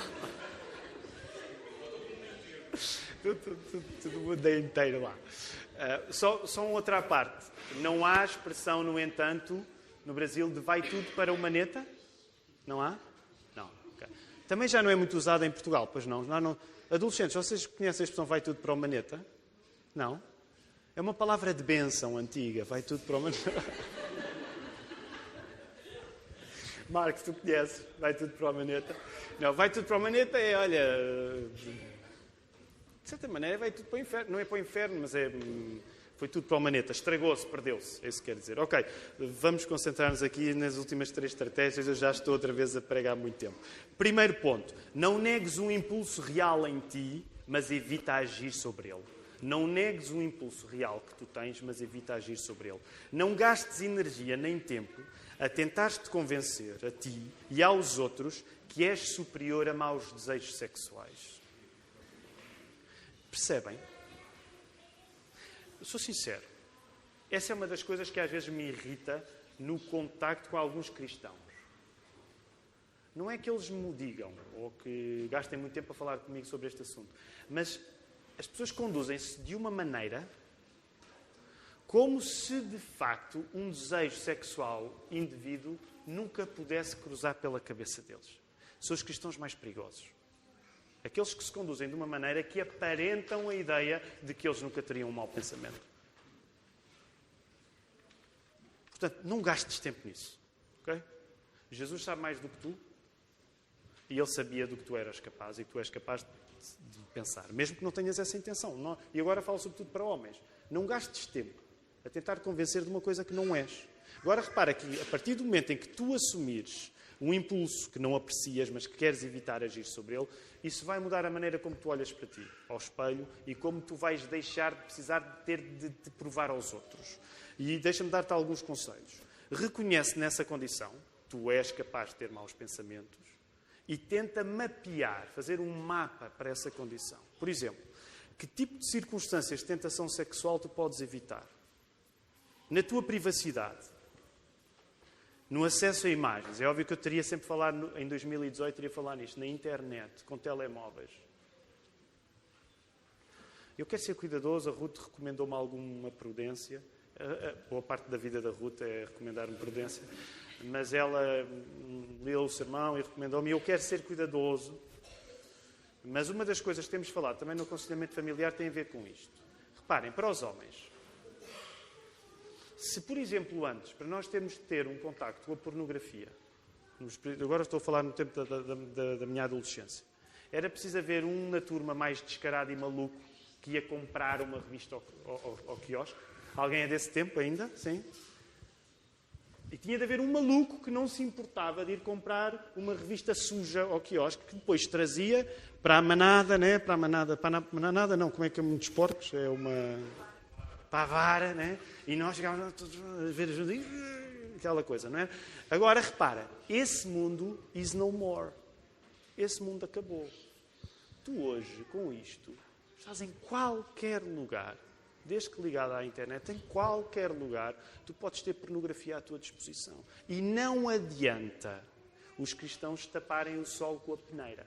Tudo o mundo é inteiro lá. Só uma outra parte. Não há expressão, no entanto, no Brasil, de vai tudo para o maneta? Não há? Não. Okay. Também já não é muito usado em Portugal, pois não? Adolescentes, vocês conhecem a expressão vai tudo para o maneta? Não? É uma palavra de bênção antiga. Vai tudo para o maneta. Marcos, tu conheces? Vai tudo para o maneta? Não, vai tudo para o maneta é, olha... De certa maneira, vai tudo para o inferno. Não é para o inferno, mas é... Foi tudo para o maneta. Estragou-se, perdeu-se. É isso que quer dizer. Ok, vamos concentrar-nos aqui nas últimas 3 estratégias. Eu já estou outra vez a pregar há muito tempo. Primeiro ponto. Não negues um impulso real em ti, mas evita agir sobre ele. Não negues um impulso real que tu tens, mas evita agir sobre ele. Não gastes energia nem tempo a tentar-te convencer a ti e aos outros que és superior a maus desejos sexuais. Percebem? Eu sou sincero. Essa é uma das coisas que às vezes me irrita no contacto com alguns cristãos. Não é que eles me digam, ou que gastem muito tempo a falar comigo sobre este assunto, mas as pessoas conduzem-se de uma maneira como se, de facto, um desejo sexual indevido nunca pudesse cruzar pela cabeça deles. São os cristãos mais perigosos. Aqueles que se conduzem de uma maneira que aparentam a ideia de que eles nunca teriam um mau pensamento. Portanto, não gastes tempo nisso. Okay? Jesus sabe mais do que tu e Ele sabia do que tu eras capaz e que tu és capaz de pensar. Mesmo que não tenhas essa intenção. Não, e agora falo sobretudo para homens. Não gastes tempo a tentar convencer de uma coisa que não és. Agora repara que a partir do momento em que tu assumires um impulso que não aprecias, mas que queres evitar agir sobre ele, isso vai mudar a maneira como tu olhas para ti, ao espelho, e como tu vais deixar de precisar de ter de te provar aos outros. E deixa-me dar-te alguns conselhos. Reconhece nessa condição, tu és capaz de ter maus pensamentos, e tenta mapear, fazer um mapa para essa condição. Por exemplo, que tipo de circunstâncias de tentação sexual tu podes evitar? Na tua privacidade, no acesso a imagens. É óbvio que eu teria sempre falado, em 2018, teria falado nisto, na internet, com telemóveis. Eu quero ser cuidadoso, a Ruth recomendou-me alguma prudência. Boa parte da vida da Ruth é recomendar-me prudência. Mas ela leu o sermão e recomendou-me. Eu quero ser cuidadoso. Mas uma das coisas que temos falado também no aconselhamento familiar tem a ver com isto. Reparem, para os homens, se, por exemplo, antes, para nós termos de ter um contacto com a pornografia, agora estou a falar no tempo da minha adolescência, era preciso haver um na turma mais descarado e maluco que ia comprar uma revista ao quiosque. Alguém é desse tempo ainda? Sim? E tinha de haver um maluco que não se importava de ir comprar uma revista suja ao quiosque, que depois trazia para a manada, né? Para a manada não, como é que é muitos porcos? É uma... para a vara, né? E nós chegávamos a ver aquela coisa, não é? Agora, repara, esse mundo is no more. Esse mundo acabou. Tu hoje, com isto, estás em qualquer lugar, desde que ligado à internet, em qualquer lugar, tu podes ter pornografia à tua disposição. E não adianta os cristãos taparem o sol com a peneira.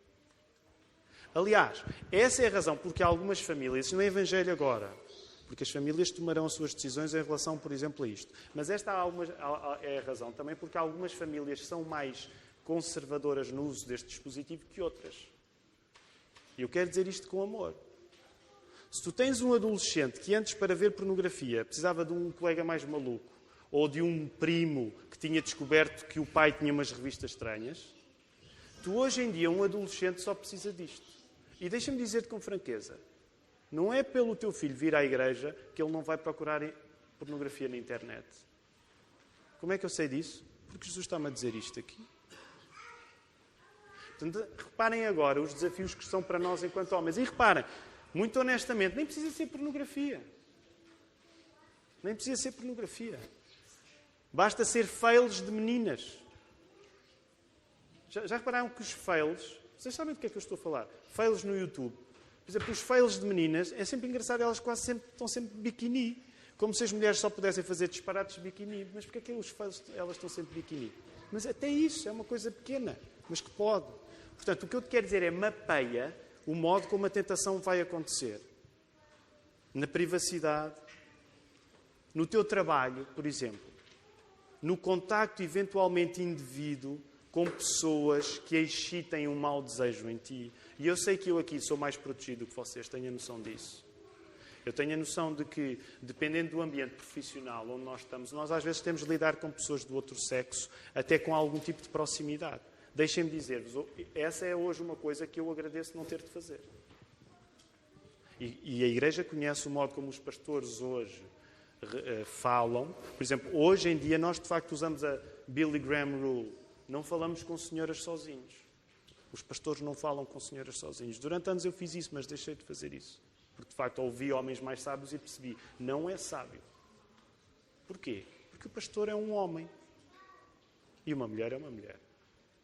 Aliás, essa é a razão porque algumas famílias, isso não é evangelho agora, porque as famílias tomarão as suas decisões em relação, por exemplo, a isto. Mas esta é a razão também porque algumas famílias são mais conservadoras no uso deste dispositivo que outras. E eu quero dizer isto com amor. Se tu tens um adolescente que antes, para ver pornografia, precisava de um colega mais maluco, ou de um primo que tinha descoberto que o pai tinha umas revistas estranhas, tu hoje em dia, um adolescente só precisa disto. E deixa-me dizer-te com franqueza, não é pelo teu filho vir à igreja que ele não vai procurar pornografia na internet. Como é que eu sei disso? Porque Jesus está-me a dizer isto aqui. Portanto, reparem agora os desafios que são para nós enquanto homens. E reparem, muito honestamente, nem precisa ser pornografia. Nem precisa ser pornografia. Basta ser fails de meninas. Já repararam que os fails... Vocês sabem do que é que eu estou a falar? Fails no YouTube. Por exemplo, os fails de meninas, é sempre engraçado, elas quase sempre estão sempre de biquíni. Como se as mulheres só pudessem fazer disparates de biquíni. Mas porquê é que os fails, elas estão sempre de biquíni? Mas até isso é uma coisa pequena, mas que pode. Portanto, o que eu te quero dizer é mapeia o modo como a tentação vai acontecer. Na privacidade, no teu trabalho, por exemplo, no contacto eventualmente indevido com pessoas que excitem um mau desejo em ti. E eu sei que eu aqui sou mais protegido do que vocês, tenho a noção disso. Eu tenho a noção de que, dependendo do ambiente profissional onde nós estamos, nós às vezes temos de lidar com pessoas do outro sexo, até com algum tipo de proximidade. Deixem-me dizer-vos, essa é hoje uma coisa que eu agradeço não ter de fazer. E a Igreja conhece o modo como os pastores hoje falam. Por exemplo, hoje em dia nós de facto usamos a Billy Graham Rule. Não falamos com senhoras sozinhos. Os pastores não falam com senhoras sozinhos. Durante anos eu fiz isso, mas deixei de fazer isso. Porque de facto ouvi homens mais sábios e percebi, não é sábio. Porquê? Porque o pastor é um homem. E uma mulher é uma mulher.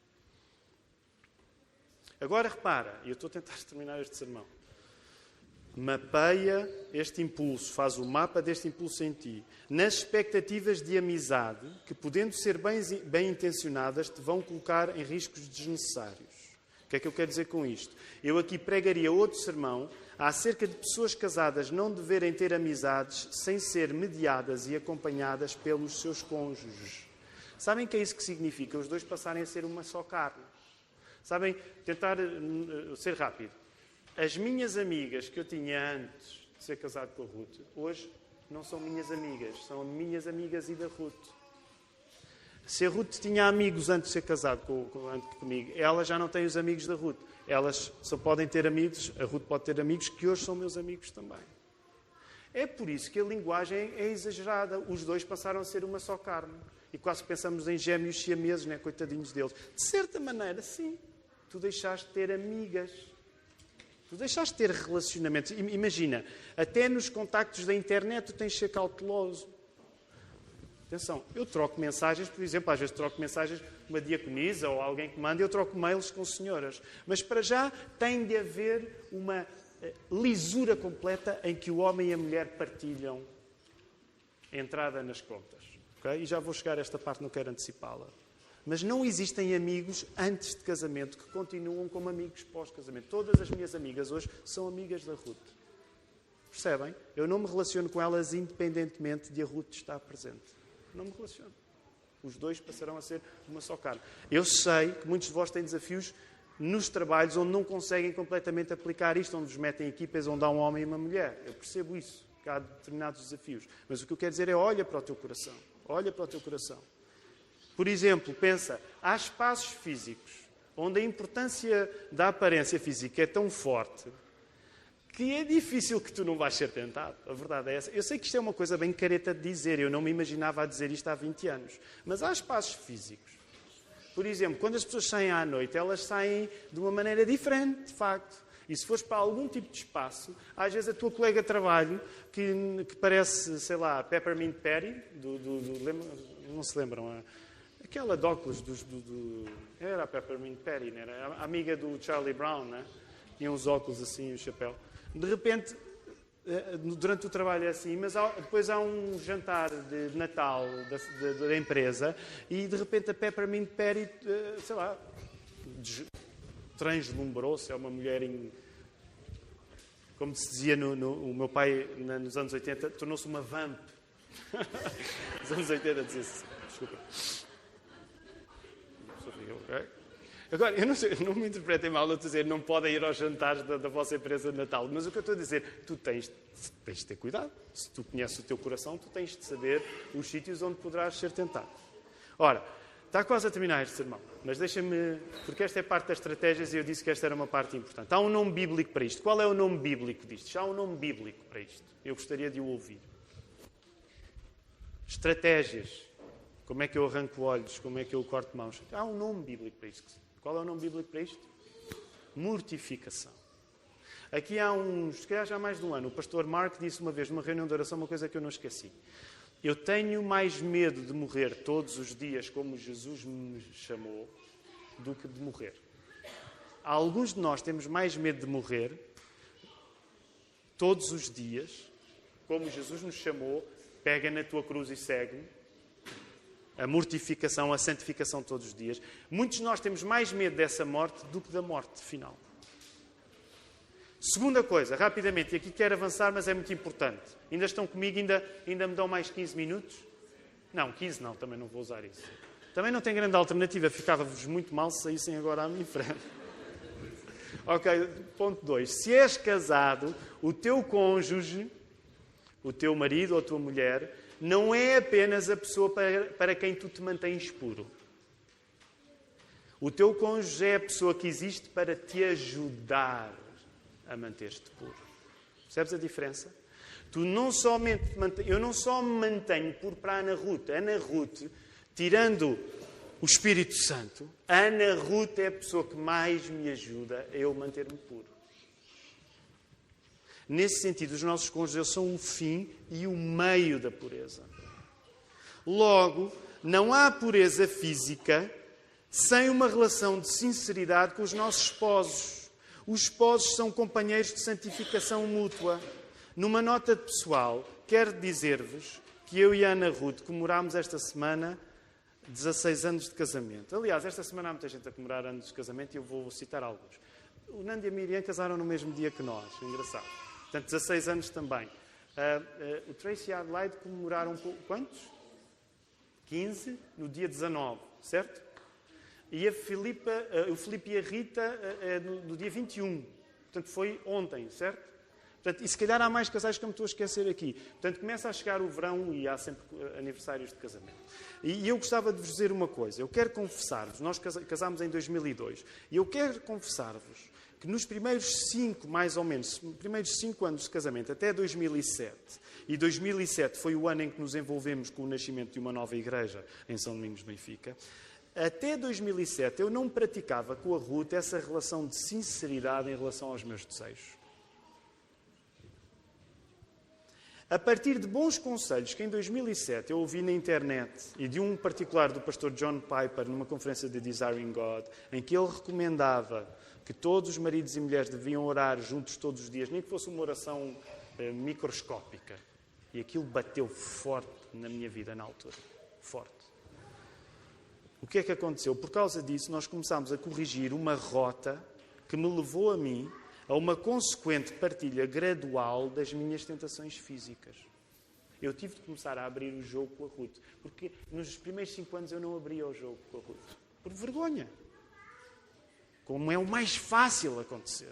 Agora repara, e eu estou a tentar terminar este sermão. Mapeia este impulso, faz o mapa deste impulso em ti, nas expectativas de amizade, que, podendo ser bem intencionadas, te vão colocar em riscos desnecessários. O que é que eu quero dizer com isto? Eu aqui pregaria outro sermão acerca de pessoas casadas não deverem ter amizades sem ser mediadas e acompanhadas pelos seus cônjuges. Sabem que é isso que significa? Os dois passarem a ser uma só carne. Sabem? Tentar ser rápido. As minhas amigas que eu tinha antes de ser casado com a Ruth, hoje não são minhas amigas, são minhas amigas e da Ruth. Se a Ruth tinha amigos antes de ser casado comigo, ela já não tem os amigos da Ruth. Elas só podem ter amigos, a Ruth pode ter amigos que hoje são meus amigos também. É por isso que a linguagem é exagerada. Os dois passaram a ser uma só carne. E quase pensamos em gêmeos siameses, né? Coitadinhos deles. De certa maneira, sim. Tu deixaste de ter amigas. Tu deixaste de ter relacionamentos. Imagina, até nos contactos da internet tu tens de ser cauteloso. Atenção, eu troco mensagens, por exemplo, às vezes troco mensagens com uma diaconisa ou alguém que manda, eu troco mails com senhoras. Mas para já tem de haver uma lisura completa em que o homem e a mulher partilham a entrada nas contas. Okay? E já vou chegar a esta parte, não quero antecipá-la. Mas não existem amigos antes de casamento que continuam como amigos pós-casamento. Todas as minhas amigas hoje são amigas da Ruth. Percebem? Eu não me relaciono com elas independentemente de a Ruth estar presente. Não me relaciono. Os dois passarão a ser uma só carne. Eu sei que muitos de vós têm desafios nos trabalhos onde não conseguem completamente aplicar isto, onde vos metem equipas onde há um homem e uma mulher. Eu percebo isso, que há determinados desafios. Mas o que eu quero dizer é olha para o teu coração. Olha para o teu coração. Por exemplo, pensa, há espaços físicos onde a importância da aparência física é tão forte que é difícil que tu não vais ser tentado. A verdade é essa. Eu sei que isto é uma coisa bem careta de dizer, eu não me imaginava a dizer isto há 20 anos. Mas há espaços físicos. Por exemplo, quando as pessoas saem à noite, elas saem de uma maneira diferente, de facto. E se fores para algum tipo de espaço, às vezes a tua colega de trabalho, que parece, sei lá, Peppermint Patty, não se lembram? Aquela de óculos era a Peppermint Patty, não era? A amiga do Charlie Brown, né? Tinha uns óculos assim, o chapéu. De repente, durante o trabalho é assim, mas depois há um jantar de Natal da empresa e de repente a Peppermint Patty, sei lá, translumbrou-se, é uma mulher como se dizia o meu pai nos anos 80, tornou-se uma vamp. Nos anos 80 dizia-se, desculpa. Okay? Agora, eu não me interpretem mal a dizer não podem ir aos jantares da vossa empresa de Natal, mas o que eu estou a dizer, tu tens de ter cuidado. Se tu conheces o teu coração, tu tens de saber os sítios onde poderás ser tentado. Ora, está quase a terminar este sermão, mas deixa-me, porque esta é parte das estratégias e eu disse que esta era uma parte importante. Há um nome bíblico para isto. Qual é o nome bíblico disto? Já há um nome bíblico para isto. Eu gostaria de o ouvir. Estratégias. Como é que eu arranco olhos? Como é que eu corto mãos? Há um nome bíblico para isto. Qual é o nome bíblico para isto? Mortificação. Aqui há se calhar já há mais de um ano, o pastor Mark disse uma vez numa reunião de oração uma coisa que eu não esqueci. Eu tenho mais medo de morrer todos os dias como Jesus me chamou do que de morrer. Alguns de nós temos mais medo de morrer todos os dias como Jesus nos chamou, pega na tua cruz e segue-me. A mortificação, a santificação todos os dias. Muitos de nós temos mais medo dessa morte do que da morte final. Segunda coisa, rapidamente, e aqui quero avançar, mas é muito importante. Ainda estão comigo? Ainda me dão mais 15 minutos? Não, 15 não, também não vou usar isso. Também não tem grande alternativa, ficava-vos muito mal se saíssem agora à minha frente. Ok, ponto 2. Se és casado, o teu cônjuge, o teu marido ou a tua mulher, não é apenas a pessoa para quem tu te mantens puro. O teu cônjuge é a pessoa que existe para te ajudar a manter-te puro. Percebes a diferença? Eu não só me mantenho puro para a Ana Ruth. A Ana Ruth, tirando o Espírito Santo, a Ana Ruth é a pessoa que mais me ajuda a eu manter-me puro. Nesse sentido, os nossos cônjuges são o fim e o meio da pureza. Logo, não há pureza física sem uma relação de sinceridade com os nossos esposos. Os esposos são companheiros de santificação mútua. Numa nota pessoal, quero dizer-vos que eu e a Ana Ruth comemorámos esta semana 16 anos de casamento. Aliás, esta semana há muita gente a comemorar anos de casamento e eu vou citar alguns. O Nando e a Miriam casaram no mesmo dia que nós. Engraçado. Portanto, 16 anos também. O Tracy e a Adelaide comemoraram quantos? 15 no dia 19, certo? E o Filipe e a Rita no dia 21. Portanto, foi ontem, certo? Portanto, e se calhar há mais casais que eu me estou a esquecer aqui. Portanto, começa a chegar o verão e há sempre aniversários de casamento. E eu gostava de vos dizer uma coisa. Eu quero confessar-vos, nós casámos em 2002, e eu quero confessar-vos que nos primeiros 5, mais ou menos, primeiros 5 anos de casamento, até 2007, e 2007 foi o ano em que nos envolvemos com o nascimento de uma nova igreja em São Domingos de Benfica, até 2007 eu não praticava com a Ruth essa relação de sinceridade em relação aos meus desejos. A partir de bons conselhos que em 2007 eu ouvi na internet e de um particular do pastor John Piper numa conferência de Desiring God, em que ele recomendava que todos os maridos e mulheres deviam orar juntos todos os dias, nem que fosse uma oração microscópica. E aquilo bateu forte na minha vida na altura. Forte. O que é que aconteceu? Por causa disso, nós começámos a corrigir uma rota que me levou a mim a uma consequente partilha gradual das minhas tentações físicas. Eu tive de começar a abrir o jogo com a Ruth, porque nos primeiros 5 anos eu não abria o jogo com a Ruth. Por vergonha. Como é o mais fácil acontecer.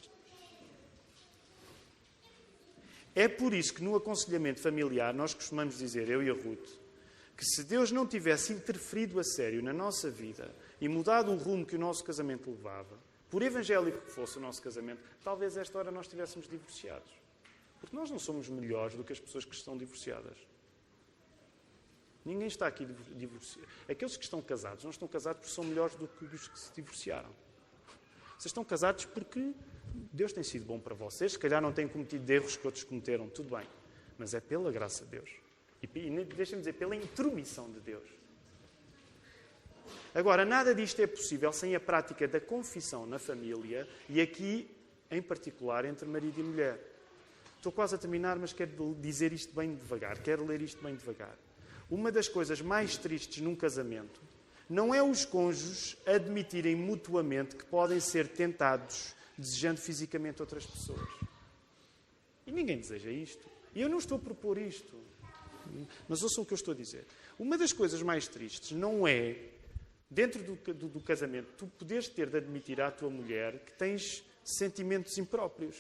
É por isso que no aconselhamento familiar nós costumamos dizer, eu e a Ruth, que se Deus não tivesse interferido a sério na nossa vida e mudado o rumo que o nosso casamento levava, por evangélico que fosse o nosso casamento, talvez a esta hora nós estivéssemos divorciados. Porque nós não somos melhores do que as pessoas que estão divorciadas. Ninguém está aqui divorciado. Aqueles que estão casados não estão casados porque são melhores do que os que se divorciaram. Vocês estão casados porque Deus tem sido bom para vocês. Se calhar não têm cometido erros que outros cometeram. Tudo bem. Mas é pela graça de Deus. E deixem-me dizer, pela intromissão de Deus. Agora, nada disto é possível sem a prática da confissão na família e aqui, em particular, entre marido e mulher. Estou quase a terminar, mas quero dizer isto bem devagar. Quero ler isto bem devagar. Uma das coisas mais tristes num casamento não é os cônjuges admitirem mutuamente que podem ser tentados desejando fisicamente outras pessoas. E ninguém deseja isto. E eu não estou a propor isto. Mas ouçam o que eu estou a dizer. Uma das coisas mais tristes não é, dentro do casamento, tu poderes ter de admitir à tua mulher que tens sentimentos impróprios.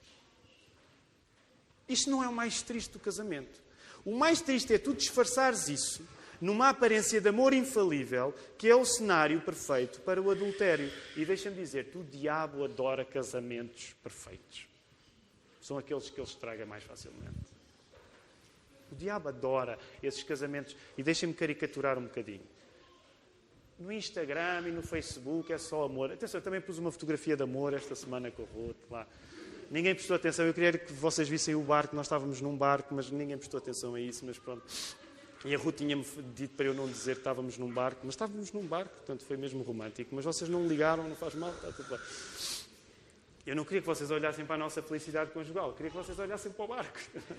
Isto não é o mais triste do casamento. O mais triste é tu disfarçares isso numa aparência de amor infalível, que é o cenário perfeito para o adultério. E deixa-me dizer-te, o diabo adora casamentos perfeitos. São aqueles que ele estraga mais facilmente. O diabo adora esses casamentos. E deixem-me caricaturar um bocadinho. No Instagram e no Facebook é só amor. Atenção, eu também pus uma fotografia de amor esta semana com a Ruth lá. Ninguém prestou atenção. Eu queria que vocês vissem o barco. Nós estávamos num barco, mas ninguém prestou atenção a isso. Mas pronto. E a Ruth tinha-me dito para eu não dizer que estávamos num barco. Mas estávamos num barco, portanto foi mesmo romântico. Mas vocês não ligaram, não faz mal, está tudo bem. Eu não queria que vocês olhassem para a nossa felicidade conjugal. Eu queria que vocês olhassem para o barco.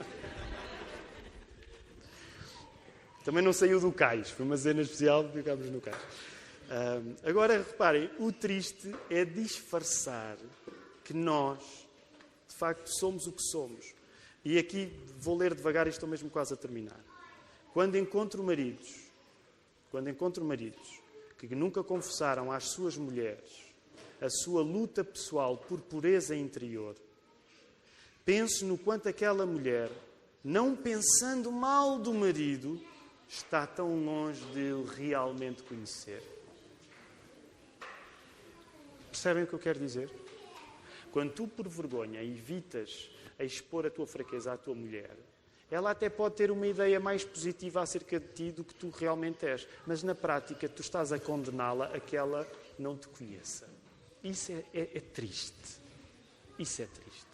Também não saiu do cais. Foi uma cena especial, ficámos no cais. Agora, reparem, o triste é disfarçar que nós, de facto, somos o que somos. E aqui vou ler devagar e estou mesmo quase a terminar. Quando encontro maridos que nunca confessaram às suas mulheres a sua luta pessoal por pureza interior, penso no quanto aquela mulher, não pensando mal do marido, está tão longe de o realmente conhecer. Percebem o que eu quero dizer? Quando tu, por vergonha, evitas a expor a tua fraqueza à tua mulher, ela até pode ter uma ideia mais positiva acerca de ti do que tu realmente és. Mas, na prática, tu estás a condená-la a que ela não te conheça. Isso é triste. Isso é triste.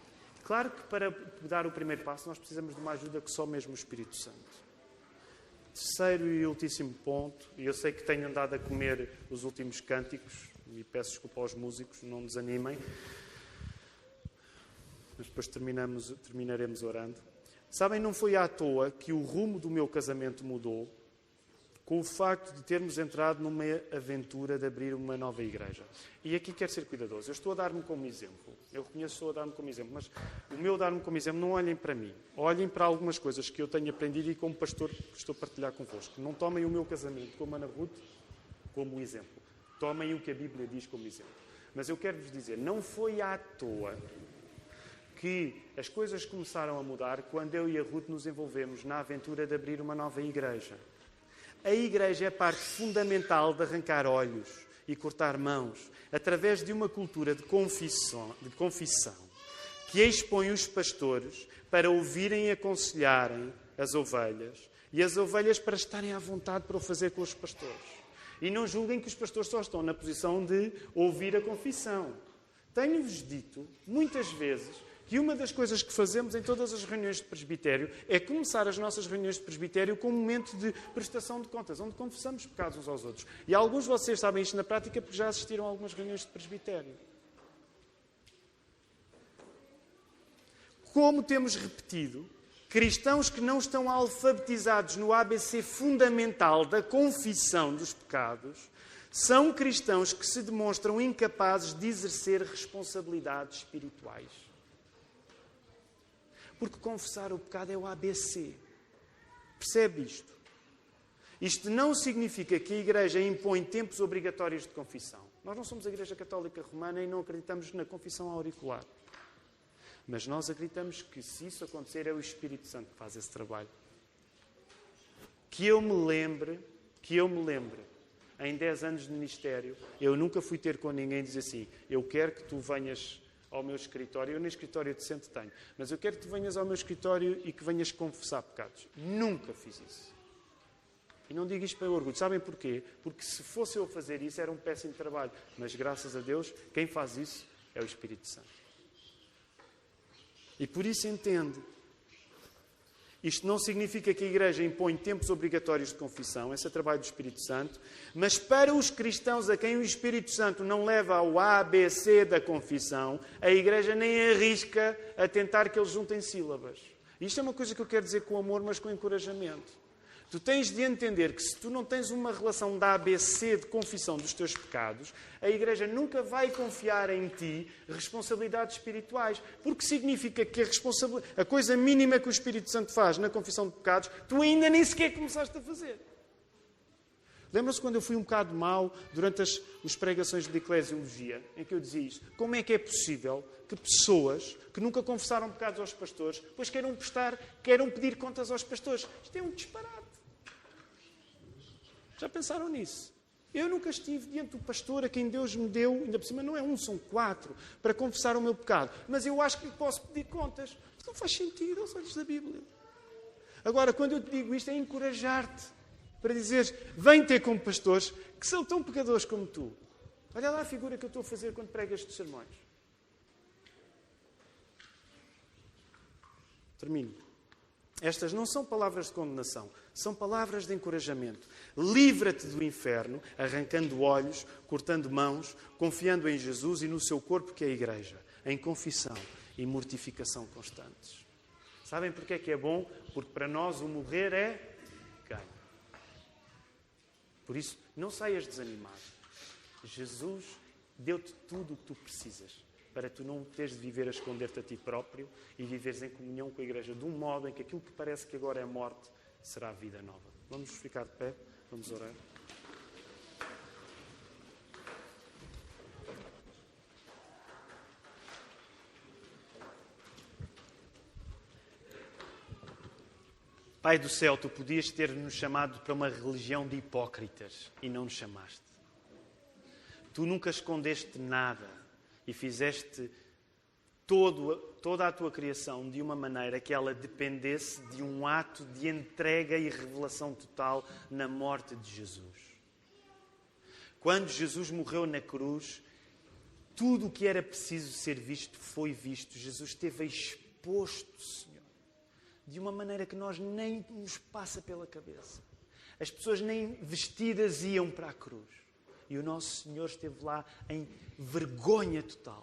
Claro que para dar o primeiro passo nós precisamos de uma ajuda que só mesmo o Espírito Santo. terceiro e ultíssimo ponto, e eu sei que tenho andado a comer os últimos cânticos, e peço desculpa aos músicos, não desanimem, mas depois terminaremos orando. Sabem, não foi à toa que o rumo do meu casamento mudou com o facto de termos entrado numa aventura de abrir uma nova igreja. E aqui quero ser cuidadoso. Eu estou a dar-me como exemplo. Eu reconheço que estou a dar-me como exemplo, mas o meu dar-me como exemplo, não olhem para mim. Olhem para algumas coisas que eu tenho aprendido e como pastor estou a partilhar convosco. Não tomem o meu casamento como Ana Ruth como exemplo. Tomem o que a Bíblia diz como exemplo. Mas eu quero-vos dizer, não foi à toa que as coisas começaram a mudar quando eu e a Ruth nos envolvemos na aventura de abrir uma nova igreja. A igreja é parte fundamental de arrancar olhos e cortar mãos através de uma cultura de confissão que expõe os pastores para ouvirem e aconselharem as ovelhas e as ovelhas para estarem à vontade para o fazer com os pastores. E não julguem que os pastores só estão na posição de ouvir a confissão. Tenho-vos dito muitas vezes que uma das coisas que fazemos em todas as reuniões de presbitério é começar as nossas reuniões de presbitério com um momento de prestação de contas, onde confessamos pecados uns aos outros. E alguns de vocês sabem isto na prática porque já assistiram a algumas reuniões de presbitério. Como temos repetido, cristãos que não estão alfabetizados no ABC fundamental da confissão dos pecados são cristãos que se demonstram incapazes de exercer responsabilidades espirituais. Porque confessar o pecado é o ABC. Percebe isto? Isto não significa que a Igreja impõe tempos obrigatórios de confissão. Nós não somos a Igreja Católica Romana e não acreditamos na confissão auricular. Mas nós acreditamos que, se isso acontecer, é o Espírito Santo que faz esse trabalho. Que eu me lembre, em 10 anos de ministério, eu nunca fui ter com ninguém e dizer assim, eu quero que tu venhas ao meu escritório, eu nem escritório decente tenho, mas eu quero que tu venhas ao meu escritório e que venhas confessar pecados. Nunca fiz isso. E não digo isto para orgulho. Sabem porquê? Porque se fosse eu a fazer isso, era um péssimo trabalho. Mas, graças a Deus, quem faz isso é o Espírito Santo. E por isso entende. Isto não significa que a Igreja impõe tempos obrigatórios de confissão, esse é o trabalho do Espírito Santo, mas para os cristãos a quem o Espírito Santo não leva ao ABC da confissão, a Igreja nem arrisca a tentar que eles juntem sílabas. Isto é uma coisa que eu quero dizer com amor, mas com encorajamento. Tu tens de entender que se tu não tens uma relação da ABC de confissão dos teus pecados, a Igreja nunca vai confiar em ti responsabilidades espirituais. Porque significa que a coisa mínima que o Espírito Santo faz na confissão de pecados, tu ainda nem sequer começaste a fazer. Lembram-se quando eu fui um bocado mau durante as pregações de eclesiologia, em que eu dizia isto? Como é que é possível que pessoas que nunca confessaram pecados aos pastores, depois queiram pedir contas aos pastores? Isto é um disparate. Já pensaram nisso? Eu nunca estive diante do pastor a quem Deus me deu, ainda por cima não é um, são 4, para confessar o meu pecado. Mas eu acho que lhe posso pedir contas. Isso não faz sentido aos olhos da Bíblia. Agora, quando eu te digo isto, é encorajar-te para dizeres, vem ter com pastores que são tão pecadores como tu. Olha lá a figura que eu estou a fazer quando prego estes sermões. Termino. Estas não são palavras de condenação, são palavras de encorajamento. Livra-te do inferno, arrancando olhos, cortando mãos, confiando em Jesus e no seu corpo que é a Igreja, em confissão e mortificação constantes. Sabem porque é que é bom? Porque para nós o morrer é ganho. Por isso, não saias desanimado. Jesus deu-te tudo o que tu precisas para tu não teres de viver a esconder-te a ti próprio e viveres em comunhão com a Igreja de um modo em que aquilo que parece que agora é morte será vida nova. Vamos ficar de pé, vamos orar. Pai do céu, tu podias ter-nos chamado para uma religião de hipócritas e não nos chamaste. Tu nunca escondeste nada. E fizeste toda a tua criação de uma maneira que ela dependesse de um ato de entrega e revelação total na morte de Jesus. Quando Jesus morreu na cruz, tudo o que era preciso ser visto foi visto. Jesus esteve exposto, Senhor, de uma maneira que nós nem nos passa pela cabeça. As pessoas nem vestidas iam para a cruz. E o nosso Senhor esteve lá em vergonha total.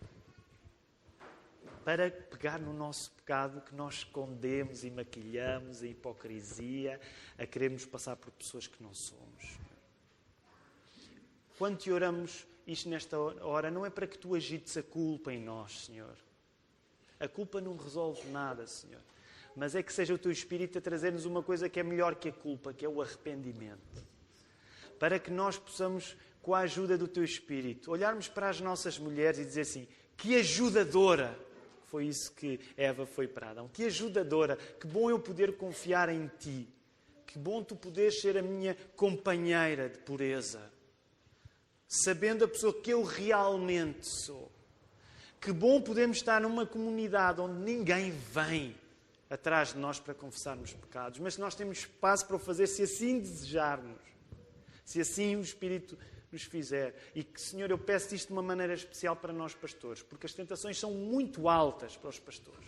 Para pegar no nosso pecado que nós escondemos e maquilhamos, a hipocrisia, a queremos passar por pessoas que não somos. Quando te oramos isto nesta hora, não é para que tu agites a culpa em nós, Senhor. A culpa não resolve nada, Senhor. Mas é que seja o Teu Espírito a trazer-nos uma coisa que é melhor que a culpa, que é o arrependimento. Para que nós possamos, com a ajuda do Teu Espírito, olharmos para as nossas mulheres e dizer assim, que ajudadora! Foi isso que Eva foi para Adão. Que ajudadora! Que bom eu poder confiar em Ti. Que bom Tu poderes ser a minha companheira de pureza. Sabendo a pessoa que eu realmente sou. Que bom podemos estar numa comunidade onde ninguém vem atrás de nós para confessarmos pecados, mas nós temos espaço para o fazer se assim desejarmos. Se assim o Espírito nos fizer. E que, Senhor, eu peço isto de uma maneira especial para nós pastores, porque as tentações são muito altas para os pastores.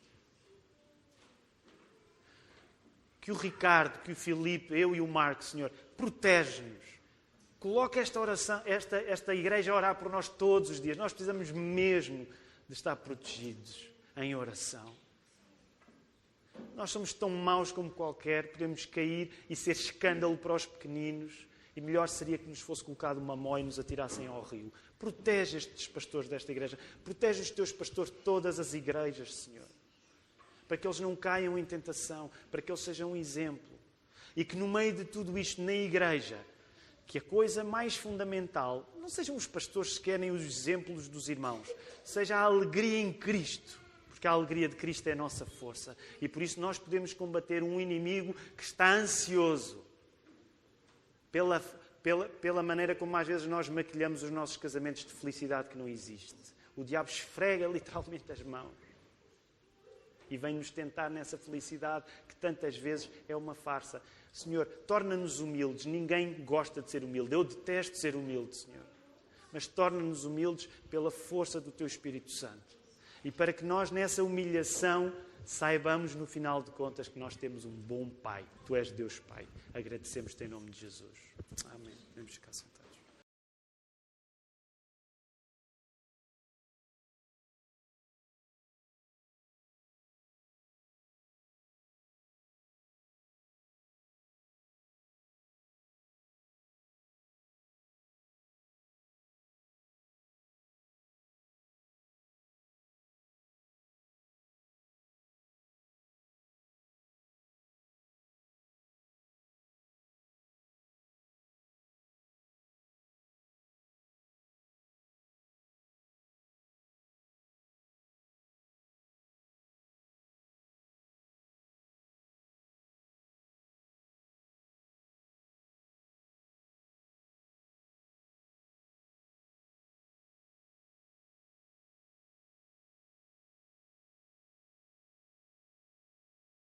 Que o Ricardo, que o Filipe, eu e o Marco, Senhor, protege-nos. Coloca esta oração, esta igreja a orar por nós todos os dias. Nós precisamos mesmo de estar protegidos em oração. Nós somos tão maus como qualquer, podemos cair e ser escândalo para os pequeninos. E melhor seria que nos fosse colocado uma mó e nos atirassem ao rio. Protege estes pastores desta igreja. Protege os teus pastores de todas as igrejas, Senhor. Para que eles não caiam em tentação. Para que eles sejam um exemplo. E que no meio de tudo isto, na igreja, que a coisa mais fundamental não sejam os pastores que querem os exemplos dos irmãos. Seja a alegria em Cristo. Porque a alegria de Cristo é a nossa força. E por isso nós podemos combater um inimigo que está ansioso. Pela maneira como às vezes nós maquilhamos os nossos casamentos de felicidade que não existe. O diabo esfrega literalmente as mãos. E vem-nos tentar nessa felicidade que tantas vezes é uma farsa. Senhor, torna-nos humildes. Ninguém gosta de ser humilde. Eu detesto ser humilde, Senhor. Mas torna-nos humildes pela força do Teu Espírito Santo. E para que nós nessa humilhação saibamos no final de contas que nós temos um bom Pai. Tu és Deus Pai. Agradecemos-te em nome de Jesus. Amém. Vamos ficar sentados.